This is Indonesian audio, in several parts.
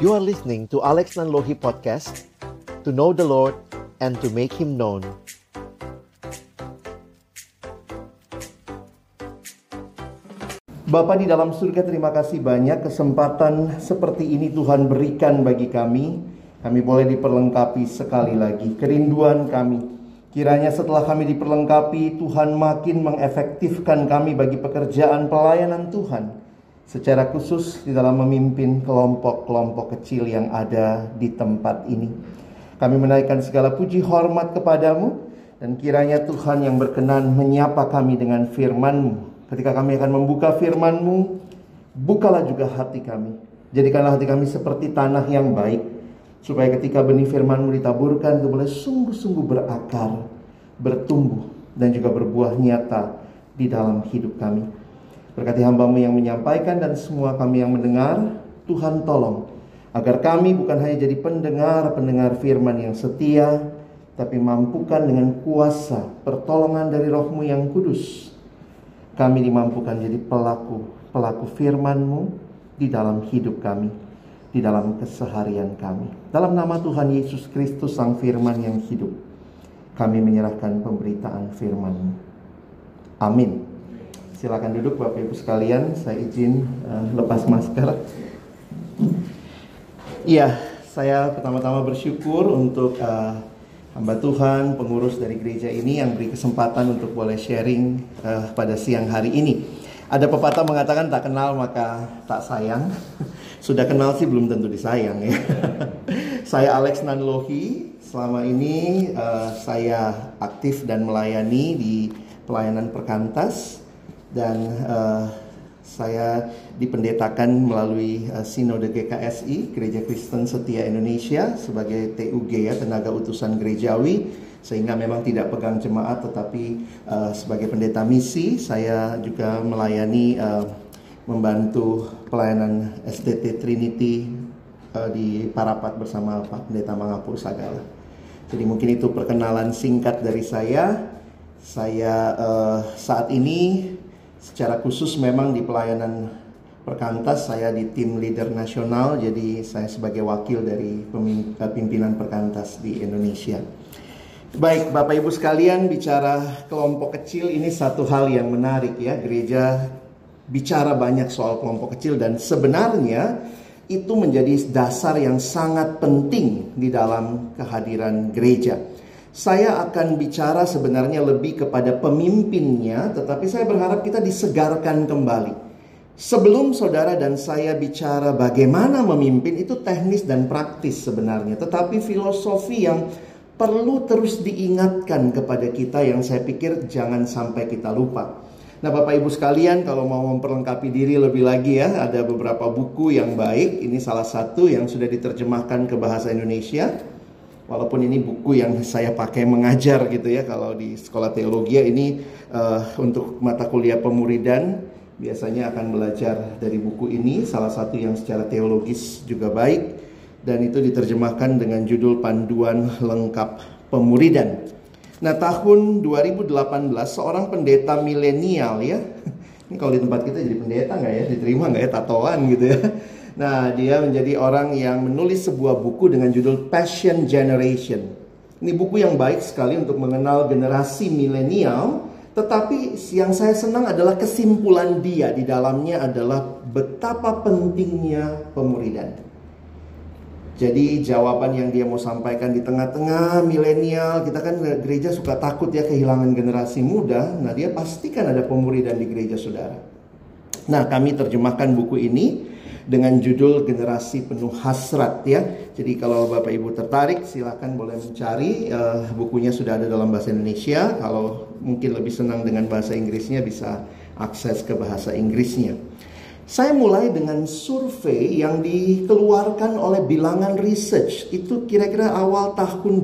You are listening to Alex Nanlohi Podcast, to know the Lord and to make Him known. Bapa di dalam surga, terima kasih banyak kesempatan seperti ini Tuhan berikan bagi kami. Kami boleh diperlengkapi sekali lagi. Kerinduan kami, kiranya setelah kami diperlengkapi, Tuhan makin mengefektifkan kami bagi pekerjaan pelayanan Tuhan. Secara khusus di dalam memimpin kelompok-kelompok kecil yang ada di tempat ini. Kami menaikkan segala puji hormat kepadamu, dan kiranya Tuhan yang berkenan menyapa kami dengan firman-Mu. Ketika kami akan membuka firman-Mu, bukalah juga hati kami. Jadikanlah hati kami seperti tanah yang baik, supaya ketika benih firman-Mu ditaburkan, itu boleh sungguh-sungguh berakar, bertumbuh, dan juga berbuah nyata di dalam hidup kami. Berkati hamba-Mu yang menyampaikan dan semua kami yang mendengar. Tuhan tolong, agar kami bukan hanya jadi pendengar firman yang setia, tapi mampukan dengan kuasa pertolongan dari Roh-Mu yang kudus, kami dimampukan jadi pelaku firman-Mu di dalam hidup kami, di dalam keseharian kami. Dalam nama Tuhan Yesus Kristus, Sang Firman yang hidup, kami menyerahkan pemberitaan firman-Mu. Amin. Silakan duduk Bapak Ibu sekalian. Saya izin lepas masker. Iya, saya pertama-tama bersyukur untuk hamba Tuhan, pengurus dari gereja ini yang beri kesempatan untuk boleh sharing pada siang hari ini. Ada pepatah mengatakan tak kenal maka tak sayang. Sudah kenal sih belum tentu disayang ya. Saya Alex Nanlohi. Selama ini saya aktif dan melayani di pelayanan perkantas. Dan saya dipendetakan melalui Sinode GKSI, Gereja Kristen Setia Indonesia, sebagai TUG ya, Tenaga Utusan Gerejawi. Sehingga memang tidak pegang jemaat, tetapi sebagai pendeta misi, saya juga melayani, membantu pelayanan SDT Trinity di Parapat bersama Pak Pendeta Mangapur Sagala. Jadi mungkin itu perkenalan singkat dari saya. Saya saat ini secara khusus memang di pelayanan perkantas, saya di tim leader nasional, jadi saya sebagai wakil dari pimpinan perkantas di Indonesia. Baik Bapak Ibu sekalian, bicara kelompok kecil ini satu hal yang menarik ya. Gereja bicara banyak soal kelompok kecil, dan sebenarnya itu menjadi dasar yang sangat penting di dalam kehadiran gereja. Saya akan bicara sebenarnya lebih kepada pemimpinnya, tetapi saya berharap kita disegarkan kembali. Sebelum saudara dan saya bicara bagaimana memimpin, itu teknis dan praktis sebenarnya, tetapi filosofi yang perlu terus diingatkan kepada kita, yang saya pikir jangan sampai kita lupa. Nah Bapak Ibu sekalian, kalau mau memperlengkapi diri lebih lagi ya, ada beberapa buku yang baik. Ini salah satu yang sudah diterjemahkan ke bahasa Indonesia. Walaupun ini buku yang saya pakai mengajar gitu ya, kalau di sekolah teologi ini untuk mata kuliah pemuridan biasanya akan belajar dari buku ini. Salah satu yang secara teologis juga baik, dan itu diterjemahkan dengan judul Panduan Lengkap Pemuridan. Nah tahun 2018 seorang pendeta milenial ya, ini kalau di tempat kita jadi pendeta nggak ya, diterima nggak ya, tatoan gitu ya. Nah, dia menjadi orang yang menulis sebuah buku dengan judul Passion Generation. Ini buku yang baik sekali untuk mengenal generasi milenial. Tetapi yang saya senang adalah kesimpulan dia di dalamnya adalah betapa pentingnya pemuridan. Jadi jawaban yang dia mau sampaikan di tengah-tengah milenial, kita kan gereja suka takut ya kehilangan generasi muda. Nah, dia pastikan ada pemuridan di gereja saudara. Nah, kami terjemahkan buku ini dengan judul Generasi Penuh Hasrat ya. Jadi kalau Bapak Ibu tertarik, silakan boleh mencari. Bukunya sudah ada dalam bahasa Indonesia. Kalau mungkin lebih senang dengan bahasa Inggrisnya, bisa akses ke bahasa Inggrisnya. Saya mulai dengan survei yang dikeluarkan oleh Bilangan Research. Itu kira-kira awal tahun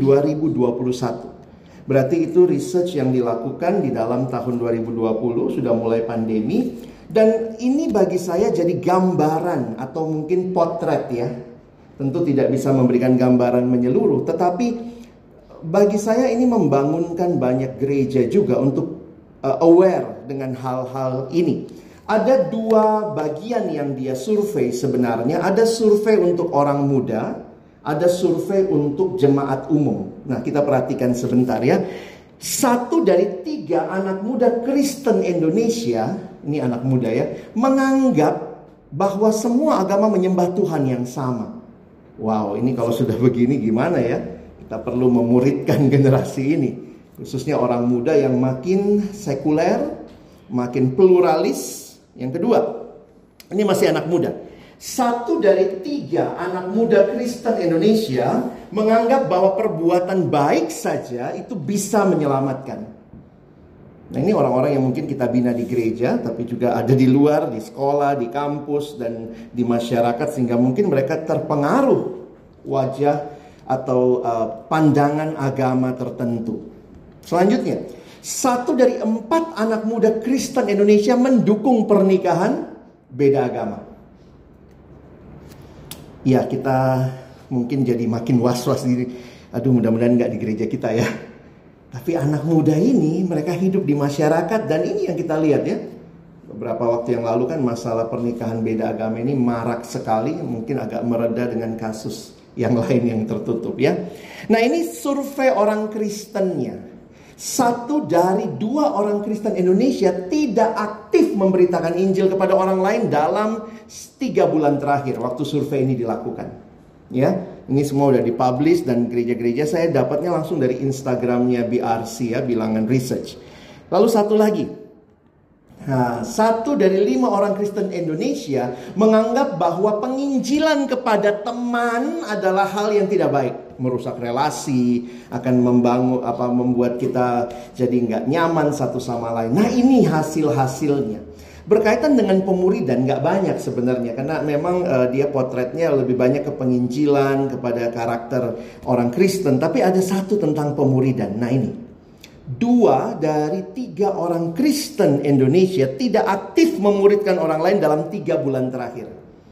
2021. Berarti itu research yang dilakukan di dalam tahun 2020, sudah mulai pandemi. Dan ini bagi saya jadi gambaran atau mungkin potret ya. Tentu tidak bisa memberikan gambaran menyeluruh, tetapi bagi saya ini membangunkan banyak gereja juga untuk aware dengan hal-hal ini. Ada dua bagian yang dia survei sebenarnya. Ada survei untuk orang muda, ada survei untuk jemaat umum. Nah, kita perhatikan sebentar ya. 1 dari 3 anak muda Kristen Indonesia, ini anak muda ya, menganggap bahwa semua agama menyembah Tuhan yang sama. Wow, ini kalau sudah begini gimana ya? Kita perlu memuridkan generasi ini. Khususnya orang muda yang makin sekuler, makin pluralis. Yang kedua, ini masih anak muda. 1 dari 3 anak muda Kristen Indonesia menganggap bahwa perbuatan baik saja itu bisa menyelamatkan. Nah, ini orang-orang yang mungkin kita bina di gereja, tapi juga ada di luar, di sekolah, di kampus, dan di masyarakat, sehingga mungkin mereka terpengaruh wajah atau pandangan agama tertentu. Selanjutnya, 1 dari 4 anak muda Kristen Indonesia mendukung pernikahan beda agama. Ya, kita mungkin jadi makin was-was diri. Aduh, mudah-mudahan nggak di gereja kita ya. Tapi anak muda ini, mereka hidup di masyarakat, dan ini yang kita lihat ya. Beberapa waktu yang lalu kan masalah pernikahan beda agama ini marak sekali. Mungkin agak mereda dengan kasus yang lain yang tertutup ya. Nah, ini survei orang Kristennya. 1 dari 2 orang Kristen Indonesia tidak aktif memberitakan Injil kepada orang lain dalam 3 bulan terakhir waktu survei ini dilakukan. Ya, ini semua udah dipublish, dan gereja-gereja saya dapatnya langsung dari Instagramnya BRC ya, Bilangan Research. Lalu satu lagi. Nah, 1 dari 5 orang Kristen Indonesia menganggap bahwa penginjilan kepada teman adalah hal yang tidak baik, merusak relasi, akan membuat kita jadi nggak nyaman satu sama lain. Nah, ini hasil-hasilnya. Berkaitan dengan pemuridan nggak banyak sebenarnya, karena memang dia potretnya lebih banyak ke penginjilan, kepada karakter orang Kristen. Tapi ada satu tentang pemuridan. Nah, ini 2 dari 3 orang Kristen Indonesia tidak aktif memuridkan orang lain dalam 3 bulan terakhir.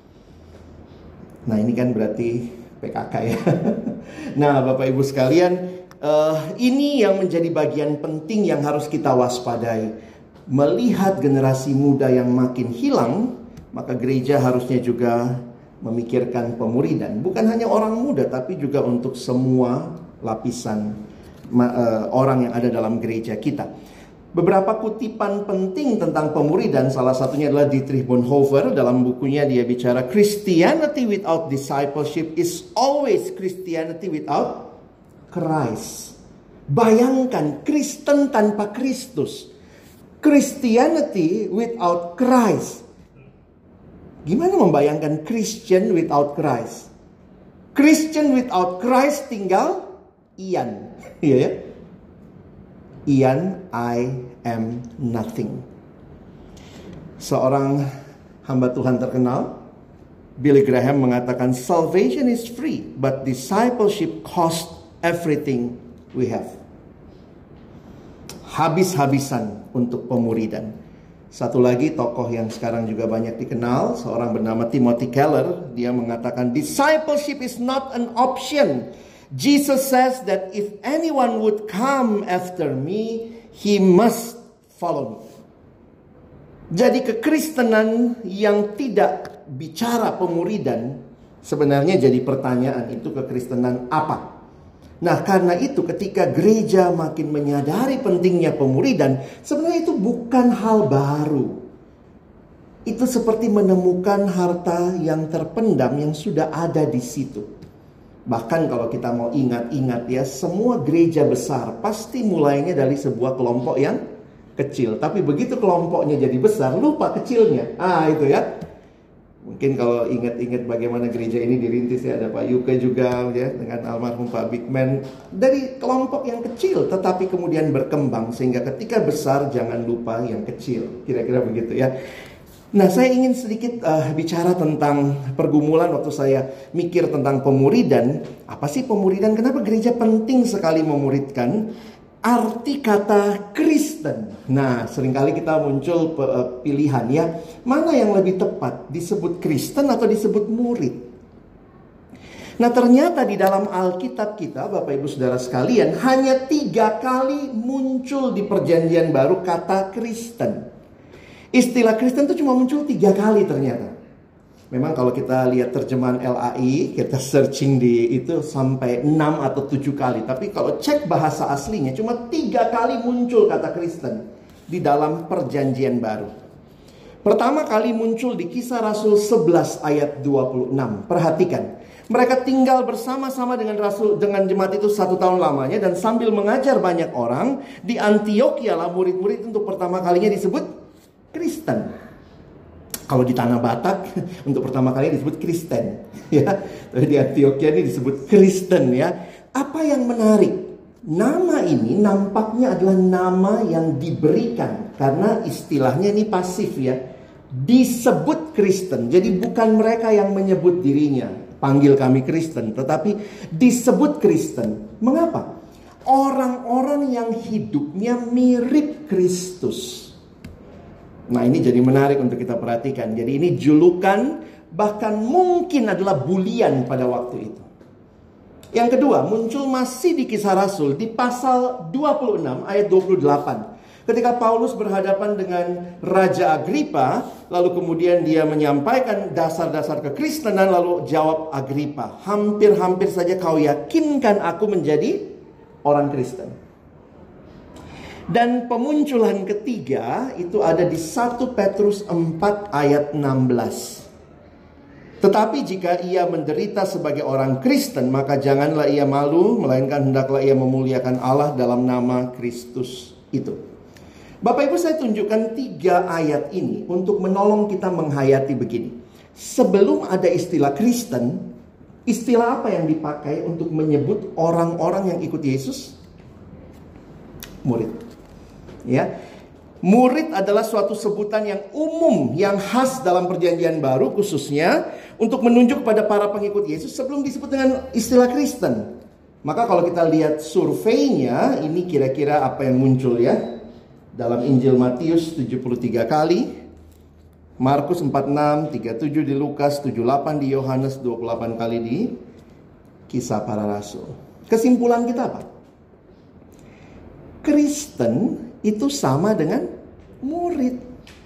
Nah, ini kan berarti PKK ya. Nah, Bapak Ibu sekalian, ini yang menjadi bagian penting yang harus kita waspadai. Melihat generasi muda yang makin hilang, maka gereja harusnya juga memikirkan pemuridan. Bukan hanya orang muda, tapi juga untuk semua lapisan orang yang ada dalam gereja kita. Beberapa kutipan penting tentang pemuridan, salah satunya adalah Dietrich Bonhoeffer. Dalam bukunya dia bicara, Christianity without discipleship is always Christianity without Christ. Bayangkan, Kristen tanpa Kristus, Christianity without Christ. Gimana membayangkan Christian without Christ? Christian without Christ tinggal Ian. Iya ya? Ian, I am nothing. Seorang hamba Tuhan terkenal, Billy Graham, mengatakan, salvation is free, but discipleship costs everything we have. Habis-habisan untuk pemuridan. Satu lagi tokoh yang sekarang juga banyak dikenal, seorang bernama Timothy Keller. Dia mengatakan, discipleship is not an option. Jesus says that if anyone would come after me, he must follow me. Jadi kekristenan yang tidak bicara pemuridan, sebenarnya jadi pertanyaan, itu kekristenan apa? Nah, karena itu ketika gereja makin menyadari pentingnya pemuridan, sebenarnya itu bukan hal baru. Itu seperti menemukan harta yang terpendam yang sudah ada di situ. Bahkan kalau kita mau ingat-ingat ya, semua gereja besar pasti mulainya dari sebuah kelompok yang kecil. Tapi begitu kelompoknya jadi besar, lupa kecilnya. Itu ya. Mungkin kalau ingat-ingat bagaimana gereja ini dirintis ya, ada Pak Yuke juga ya, dengan almarhum Pak Bigman. Dari kelompok yang kecil tetapi kemudian berkembang, sehingga ketika besar jangan lupa yang kecil. Kira-kira begitu ya. Nah, saya ingin sedikit bicara tentang pergumulan waktu saya mikir tentang pemuridan. Apa sih pemuridan? Kenapa gereja penting sekali memuridkan? Arti kata Kristen. Nah, seringkali kita muncul pilihan ya, mana yang lebih tepat, disebut Kristen atau disebut murid? Nah, ternyata di dalam Alkitab kita, Bapak Ibu Saudara sekalian, hanya 3 kali muncul di Perjanjian Baru kata Kristen. Istilah Kristen itu cuma muncul 3 kali ternyata. Memang kalau kita lihat terjemahan LAI, kita searching di itu sampai 6 atau 7 kali. Tapi kalau cek bahasa aslinya, cuma 3 kali muncul kata Kristen di dalam perjanjian baru. Pertama kali muncul di Kisah Rasul 11 ayat 26. Perhatikan. Mereka tinggal bersama-sama dengan jemaat itu 1 tahun lamanya. Dan sambil mengajar banyak orang, di Antiokhia lah murid-murid untuk pertama kalinya disebut Kristen. Kalau di Tanah Batak untuk pertama kali disebut Kristen, ya. Tapi di Antiokhia ini disebut Kristen, ya. Apa yang menarik? Nama ini nampaknya adalah nama yang diberikan karena istilahnya ini pasif, ya. Disebut Kristen. Jadi bukan mereka yang menyebut dirinya, panggil kami Kristen, tetapi disebut Kristen. Mengapa? Orang-orang yang hidupnya mirip Kristus. Nah, ini jadi menarik untuk kita perhatikan. Jadi ini julukan, bahkan mungkin adalah bulian pada waktu itu. Yang kedua, muncul masih di Kisah Rasul di pasal 26 ayat 28. Ketika Paulus berhadapan dengan Raja Agripa, lalu kemudian dia menyampaikan dasar-dasar kekristenan, lalu jawab Agripa, hampir-hampir saja kau yakinkan aku menjadi orang Kristen. Dan pemunculan ketiga itu ada di 1 Petrus 4 ayat 16. Tetapi jika ia menderita sebagai orang Kristen, maka janganlah ia malu, melainkan hendaklah ia memuliakan Allah dalam nama Kristus itu. Bapak Ibu, saya tunjukkan 3 ayat ini untuk menolong kita menghayati begini. Sebelum ada istilah Kristen, istilah apa yang dipakai untuk menyebut orang-orang yang ikut Yesus? Murid. Ya, murid adalah suatu sebutan yang umum, yang khas dalam perjanjian baru, khususnya untuk menunjuk pada para pengikut Yesus sebelum disebut dengan istilah Kristen. Maka kalau kita lihat surveinya, ini kira-kira apa yang muncul, ya. Dalam Injil Matius 73 kali, Markus 46, 37 di Lukas, 78 di Yohanes, 28 kali di Kisah Para Rasul. Kesimpulan kita apa? Kristen itu sama dengan murid.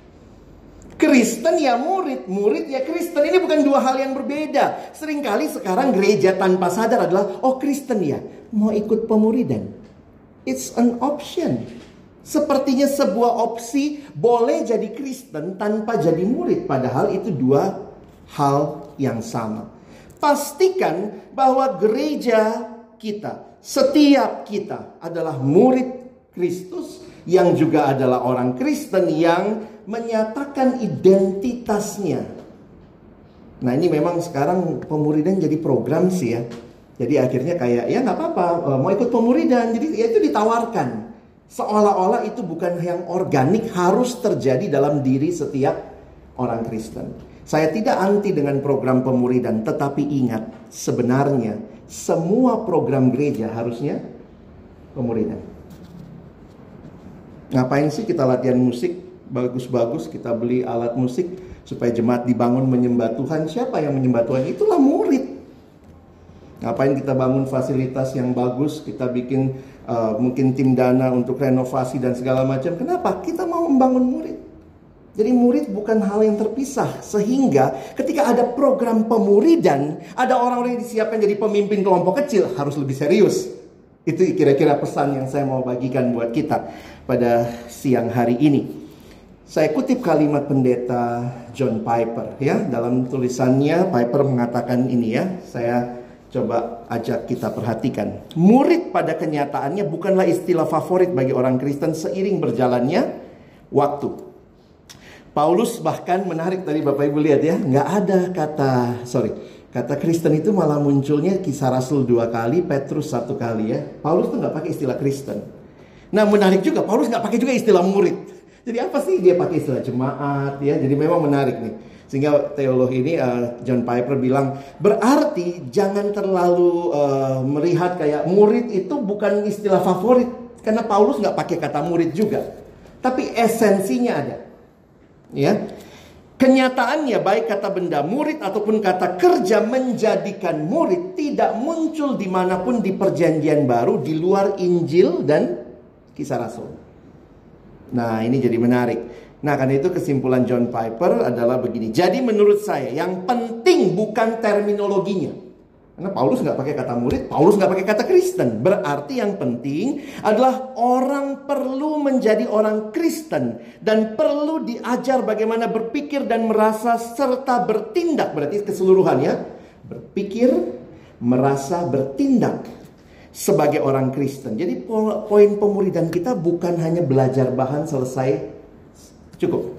Kristen ya murid, murid ya Kristen. Ini bukan 2 hal yang berbeda. Seringkali sekarang gereja tanpa sadar adalah, oh Kristen ya, mau ikut pemuridan. It's an option. Sepertinya sebuah opsi, boleh jadi Kristen tanpa jadi murid. Padahal itu 2 hal yang sama. Pastikan bahwa gereja kita, setiap kita adalah murid Kristus, yang juga adalah orang Kristen yang menyatakan identitasnya. Nah, ini memang sekarang pemuridan jadi program sih, ya. Jadi akhirnya kayak, ya nggak apa-apa, mau ikut pemuridan. Jadi ya itu ditawarkan. Seolah-olah itu bukan yang organik, harus terjadi dalam diri setiap orang Kristen. Saya tidak anti dengan program pemuridan, tetapi ingat, sebenarnya semua program gereja harusnya pemuridan. Ngapain sih kita latihan musik bagus-bagus, kita beli alat musik supaya jemaat dibangun menyembah Tuhan? Siapa yang menyembah Tuhan? Itulah murid. Ngapain kita bangun fasilitas yang bagus, kita bikin mungkin tim dana untuk renovasi dan segala macam? Kenapa? Kita mau membangun murid. Jadi murid bukan hal yang terpisah. Sehingga ketika ada program pemuridan, ada orang-orang yang disiapkan jadi pemimpin kelompok kecil, harus lebih serius. Itu kira-kira pesan yang saya mau bagikan buat kita pada siang hari ini. Saya kutip kalimat pendeta John Piper, ya. Dalam tulisannya Piper mengatakan ini, ya. Saya coba ajak kita perhatikan. Murid pada kenyataannya bukanlah istilah favorit bagi orang Kristen seiring berjalannya waktu. Paulus bahkan menarik, tadi Bapak Ibu lihat, ya, nggak ada kata Kristen itu malah munculnya Kisah Rasul 2 kali, Petrus 1 kali, ya. Paulus tuh nggak pakai istilah Kristen. Nah, menarik juga, Paulus nggak pakai juga istilah murid. Jadi apa sih dia pakai istilah jemaat, ya? Jadi memang menarik nih. Sehingga teolog ini John Piper bilang, berarti jangan terlalu melihat kayak murid itu bukan istilah favorit, karena Paulus nggak pakai kata murid juga, tapi esensinya ada, ya. Kenyataannya baik kata benda murid ataupun kata kerja menjadikan murid tidak muncul dimanapun di perjanjian baru di luar Injil dan Kisah Rasul. Nah, ini jadi menarik. Nah, karena itu kesimpulan John Piper adalah begini. Jadi menurut saya yang penting bukan terminologinya. Karena Paulus nggak pakai kata murid, Paulus nggak pakai kata Kristen. Berarti yang penting adalah orang perlu menjadi orang Kristen. Dan perlu diajar bagaimana berpikir dan merasa serta bertindak. Berarti keseluruhannya. Berpikir, merasa, bertindak sebagai orang Kristen. Jadi poin pemuridan kita bukan hanya belajar bahan selesai cukup.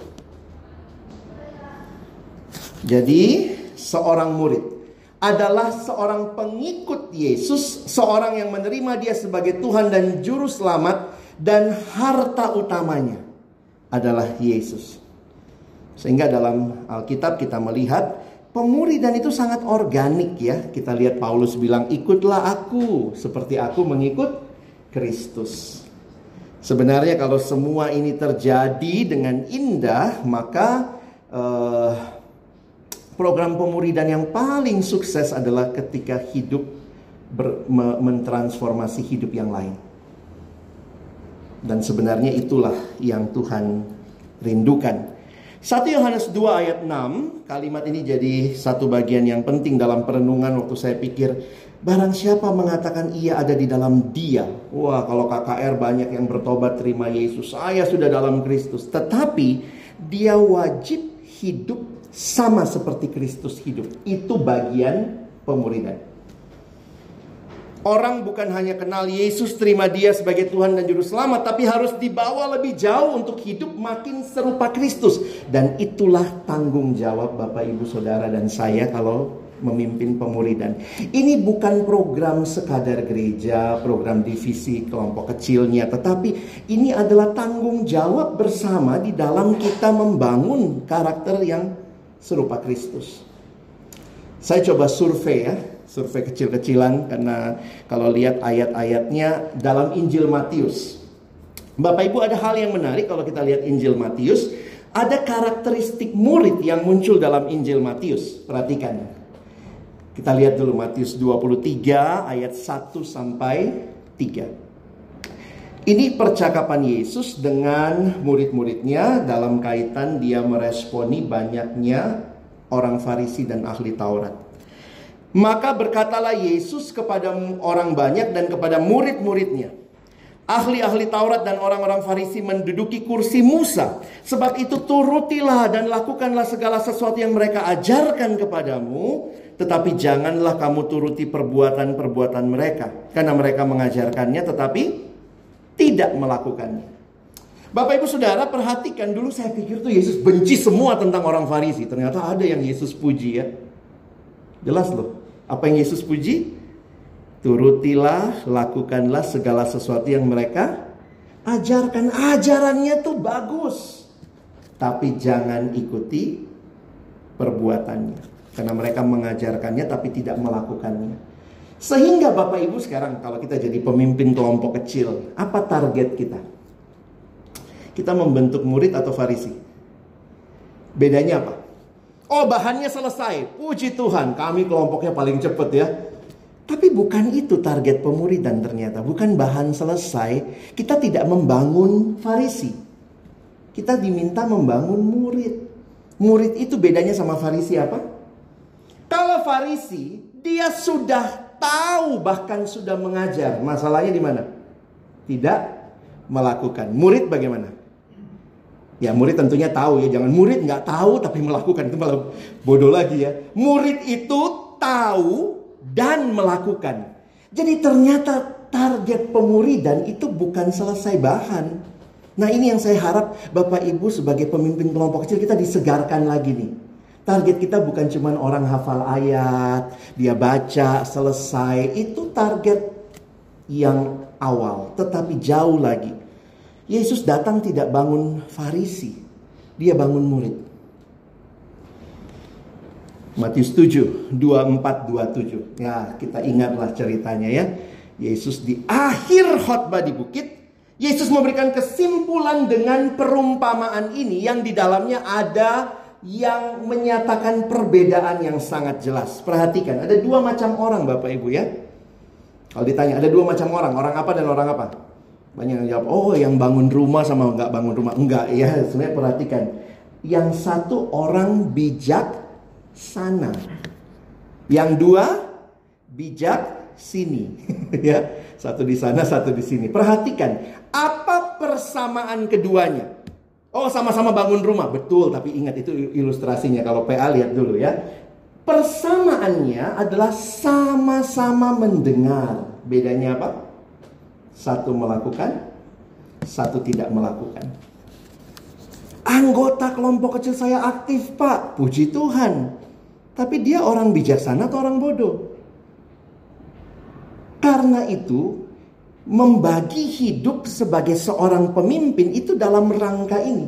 Jadi seorang murid adalah seorang pengikut Yesus, seorang yang menerima Dia sebagai Tuhan dan Juru Selamat, dan harta utamanya adalah Yesus. Sehingga dalam Alkitab kita melihat pemuridan itu sangat organik ya. Kita lihat Paulus bilang, ikutlah aku seperti aku mengikut Kristus. Sebenarnya kalau semua ini terjadi dengan indah, maka program pemuridan yang paling sukses adalah ketika hidup mentransformasi hidup yang lain. Dan sebenarnya itulah yang Tuhan rindukan. 1 Yohanes 2 ayat 6, kalimat ini jadi satu bagian yang penting dalam perenungan waktu saya pikir, barang siapa mengatakan ia ada di dalam Dia. Wah, kalau KKR banyak yang bertobat terima Yesus, saya sudah dalam Kristus. Tetapi dia wajib hidup sama seperti Kristus hidup. Itu bagian pemuridan. Orang bukan hanya kenal Yesus, terima Dia sebagai Tuhan dan Juru Selamat, tapi harus dibawa lebih jauh untuk hidup makin serupa Kristus. Dan itulah tanggung jawab Bapak, Ibu, Saudara, dan saya kalau memimpin pemuridan. Ini bukan program sekadar gereja, program divisi kelompok kecilnya, tetapi ini adalah tanggung jawab bersama di dalam kita membangun karakter yang serupa Kristus. Saya coba survei ya. Survei kecil-kecilan, karena kalau lihat ayat-ayatnya dalam Injil Matius. Bapak Ibu, ada hal yang menarik kalau kita lihat Injil Matius. Ada karakteristik murid yang muncul dalam Injil Matius. Perhatikan. Kita lihat dulu Matius 23 ayat 1 sampai 3. Ini percakapan Yesus dengan murid-muridnya dalam kaitan Dia meresponi banyaknya orang Farisi dan ahli Taurat. Maka berkatalah Yesus kepada orang banyak dan kepada murid-muridnya, ahli-ahli Taurat dan orang-orang Farisi menduduki kursi Musa. Sebab itu turutilah dan lakukanlah segala sesuatu yang mereka ajarkan kepadamu. Tetapi janganlah kamu turuti perbuatan-perbuatan mereka, karena mereka mengajarkannya tetapi tidak melakukannya. Bapak, Ibu, Saudara, perhatikan dulu, saya pikir tuh Yesus benci semua tentang orang Farisi. Ternyata ada yang Yesus puji ya. Jelas loh. Apa yang Yesus puji? Turutilah, lakukanlah segala sesuatu yang mereka ajarkan. Ajarannya tuh bagus, tapi jangan ikuti perbuatannya, karena mereka mengajarkannya tapi tidak melakukannya. Sehingga Bapak Ibu sekarang kalau kita jadi pemimpin kelompok kecil, apa target kita? Kita membentuk murid atau Farisi? Bedanya apa? Oh, bahannya selesai, puji Tuhan, kami kelompoknya paling cepat ya. Tapi bukan itu target pemuridan ternyata. Bukan bahan selesai. Kita tidak membangun Farisi. Kita diminta membangun murid. Murid itu bedanya sama Farisi apa? Kalau Farisi, dia sudah tahu, bahkan sudah mengajar. Masalahnya di mana? Tidak melakukan. Murid bagaimana? Ya, murid tentunya tahu ya. Jangan murid nggak tahu tapi melakukan, itu malah bodoh lagi ya. Murid itu tahu dan melakukan. Jadi ternyata target pemuridan itu bukan selesai bahan. Nah, ini yang saya harap Bapak Ibu sebagai pemimpin kelompok kecil kita disegarkan lagi nih. Target kita bukan cuma orang hafal ayat, dia baca, selesai. Itu target yang awal, tetapi jauh lagi. Yesus datang tidak bangun Farisi, Dia bangun murid. Matius 7, 24, 27. Ya, kita ingatlah ceritanya ya. Yesus di akhir khotbah di bukit, Yesus memberikan kesimpulan dengan perumpamaan ini yang di dalamnya ada yang menyatakan perbedaan yang sangat jelas. Perhatikan, ada dua macam orang Bapak Ibu ya. Kalau ditanya, ada dua macam orang. Orang apa dan orang apa? Banyak yang jawab, oh yang bangun rumah sama nggak bangun rumah. Enggak, ya sebenarnya perhatikan. Yang satu orang bijaksana, yang dua bijak sini. Ya, satu di sana, satu di sini. Perhatikan, apa persamaan keduanya? Oh, sama-sama bangun rumah, betul. Tapi ingat itu ilustrasinya. Kalau PA lihat dulu ya. Persamaannya adalah sama-sama mendengar. Bedanya apa? Satu melakukan, satu tidak melakukan. Anggota kelompok kecil saya aktif, Pak. Puji Tuhan. Tapi dia orang bijaksana atau orang bodoh? Karena itu, membagi hidup sebagai seorang pemimpin itu dalam rangka ini.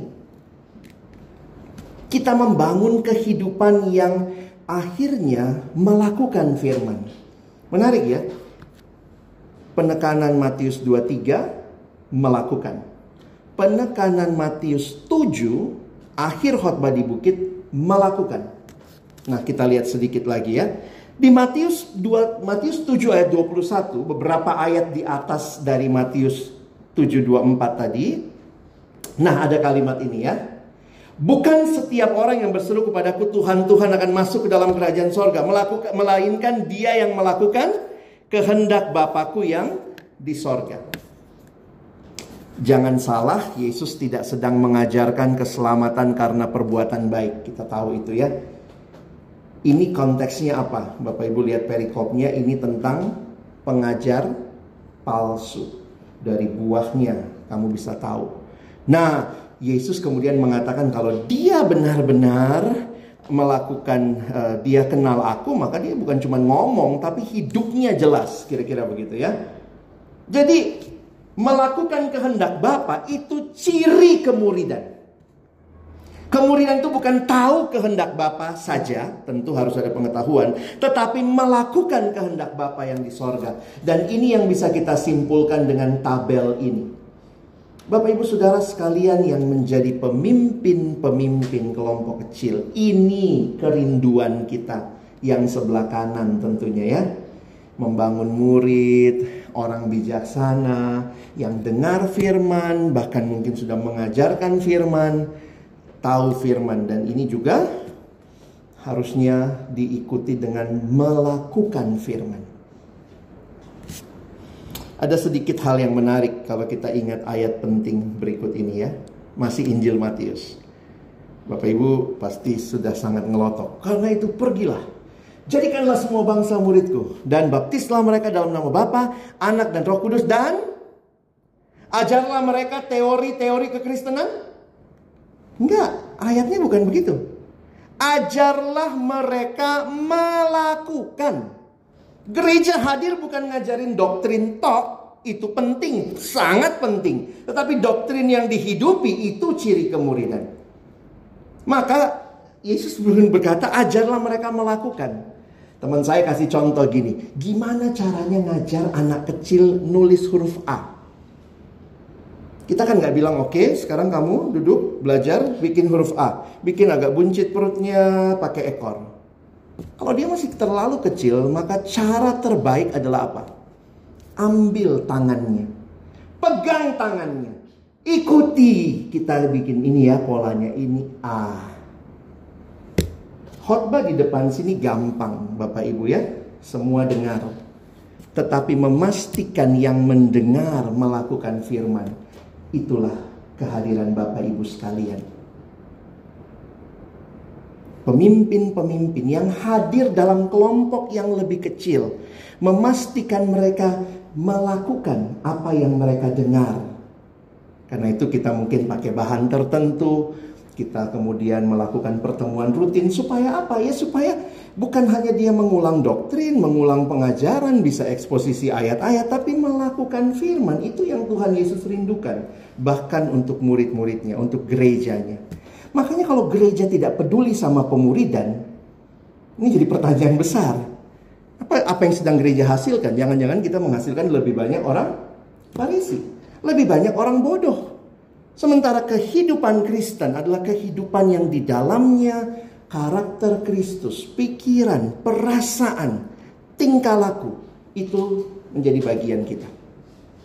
Kita membangun kehidupan yang akhirnya melakukan firman. Menarik ya. Penekanan Matius 23 melakukan. Penekanan Matius 7 akhir khotbah di bukit melakukan. Nah, kita lihat sedikit lagi ya. Di Matius 7 ayat 21, beberapa ayat di atas dari Matius 7:24 tadi. Nah, ada kalimat ini ya. Bukan setiap orang yang berseru kepadaku Tuhan, Tuhan akan masuk ke dalam kerajaan sorga, melainkan dia yang melakukan kehendak Bapakku yang di sorga. Jangan salah, Yesus tidak sedang mengajarkan keselamatan karena perbuatan baik. Kita tahu itu ya. Ini konteksnya apa? Bapak Ibu lihat perikopnya, ini tentang pengajar palsu. Dari buahnya kamu bisa tahu. Nah, Yesus kemudian mengatakan kalau dia benar-benar melakukan, dia kenal aku, maka dia bukan cuma ngomong, tapi hidupnya jelas. Kira-kira begitu ya. Jadi, melakukan kehendak Bapa itu ciri kemuridan. Kemuridan itu bukan tahu kehendak Bapa saja, tentu harus ada pengetahuan, tetapi melakukan kehendak Bapa yang di sorga. Dan ini yang bisa kita simpulkan dengan tabel ini. Bapak Ibu Saudara sekalian yang menjadi pemimpin-pemimpin kelompok kecil, ini kerinduan kita yang sebelah kanan tentunya ya. Membangun murid, orang bijaksana, yang dengar firman, bahkan mungkin sudah mengajarkan firman, tahu firman. Dan ini juga harusnya diikuti dengan melakukan firman. Ada sedikit hal yang menarik kalau kita ingat ayat penting berikut ini ya. Masih Injil Matius. Bapak Ibu pasti sudah sangat ngelotok. Karena itu pergilah, jadikanlah semua bangsa muridku, dan baptislah mereka dalam nama Bapa, Anak dan Roh Kudus, dan ajarlah mereka teori-teori kekristenan. Enggak, ayatnya bukan begitu. Ajarlah mereka melakukan. Gereja hadir bukan ngajarin doktrin tok, itu penting, sangat penting. Tetapi doktrin yang dihidupi itu ciri kemuridan. Maka Yesus belum berkata ajarlah mereka melakukan. Teman saya kasih contoh gini, gimana caranya ngajar anak kecil nulis huruf A? Kita kan gak bilang oke, sekarang kamu duduk belajar bikin huruf A, bikin agak buncit perutnya pakai ekor. Kalau dia masih terlalu kecil, maka cara terbaik adalah apa? Ambil tangannya, pegang tangannya, ikuti. Kita bikin ini ya polanya, ini A. Khotbah di depan sini gampang Bapak Ibu ya, semua dengar. Tetapi memastikan yang mendengar melakukan firman, itulah kehadiran Bapak Ibu sekalian. Pemimpin-pemimpin yang hadir dalam kelompok yang lebih kecil, memastikan mereka melakukan apa yang mereka dengar. Karena itu kita mungkin pakai bahan tertentu, kita kemudian melakukan pertemuan rutin. Supaya apa ya? Supaya bukan hanya dia mengulang doktrin, mengulang pengajaran, bisa eksposisi ayat-ayat, tapi melakukan firman. Itu yang Tuhan Yesus rindukan. Bahkan untuk murid-muridnya, untuk gerejanya. Makanya kalau gereja tidak peduli sama pemuridan, ini jadi pertanyaan besar. Apa yang sedang gereja hasilkan? Jangan-jangan kita menghasilkan lebih banyak orang Farisi, lebih banyak orang bodoh. Sementara kehidupan Kristen adalah kehidupan yang di dalamnya karakter Kristus, pikiran, perasaan, tingkah laku, itu menjadi bagian kita.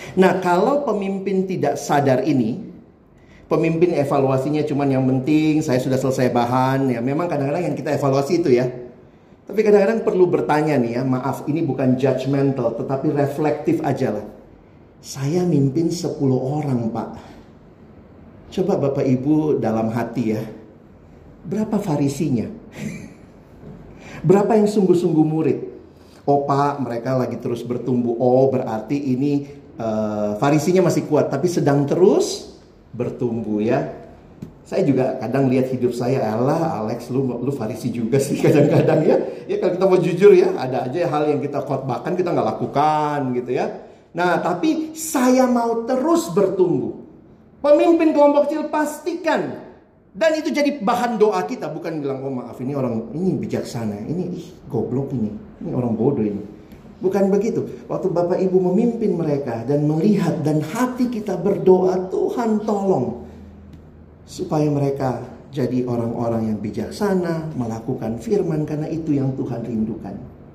Nah, kalau pemimpin tidak sadar ini, pemimpin evaluasinya cuman yang penting saya sudah selesai bahan, ya memang kadang-kadang yang kita evaluasi itu ya. Tapi kadang-kadang perlu bertanya nih ya, maaf ini bukan judgmental, tetapi reflektif aja lah. Saya mimpin 10 orang Pak. Coba Bapak Ibu dalam hati ya, berapa farisinya? Berapa yang sungguh-sungguh murid? Oh Pak, mereka lagi terus bertumbuh. Oh berarti ini farisinya masih kuat, tapi sedang terus bertumbuh ya. Saya juga kadang lihat hidup saya, alah Alex lu farisi juga sih kadang-kadang ya. Ya kalau kita mau jujur ya, ada aja hal yang kita khotbahkan kita nggak lakukan gitu ya. Nah tapi saya mau terus bertumbuh. Pemimpin kelompok kecil pastikan. Dan itu jadi bahan doa kita, bukan bilang oh maaf ini orang ini bijaksana, ini goblok ini orang bodoh ini. Bukan begitu. Waktu Bapak Ibu memimpin mereka dan melihat dan hati kita berdoa, Tuhan tolong supaya mereka jadi orang-orang yang bijaksana, melakukan firman karena itu yang Tuhan rindukan.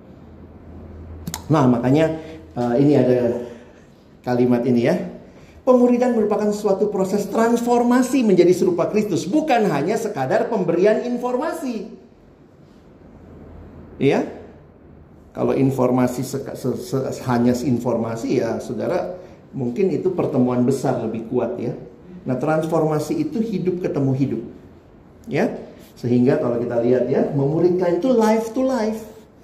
Nah, makanya ini ada kalimat ini ya. Pemuridan merupakan suatu proses transformasi menjadi serupa Kristus, bukan hanya sekadar pemberian informasi. Ya. Kalau informasi hanya informasi ya saudara, mungkin itu pertemuan besar lebih kuat ya. Nah transformasi itu hidup ketemu hidup ya. Sehingga kalau kita lihat ya, memuridkan itu life to life.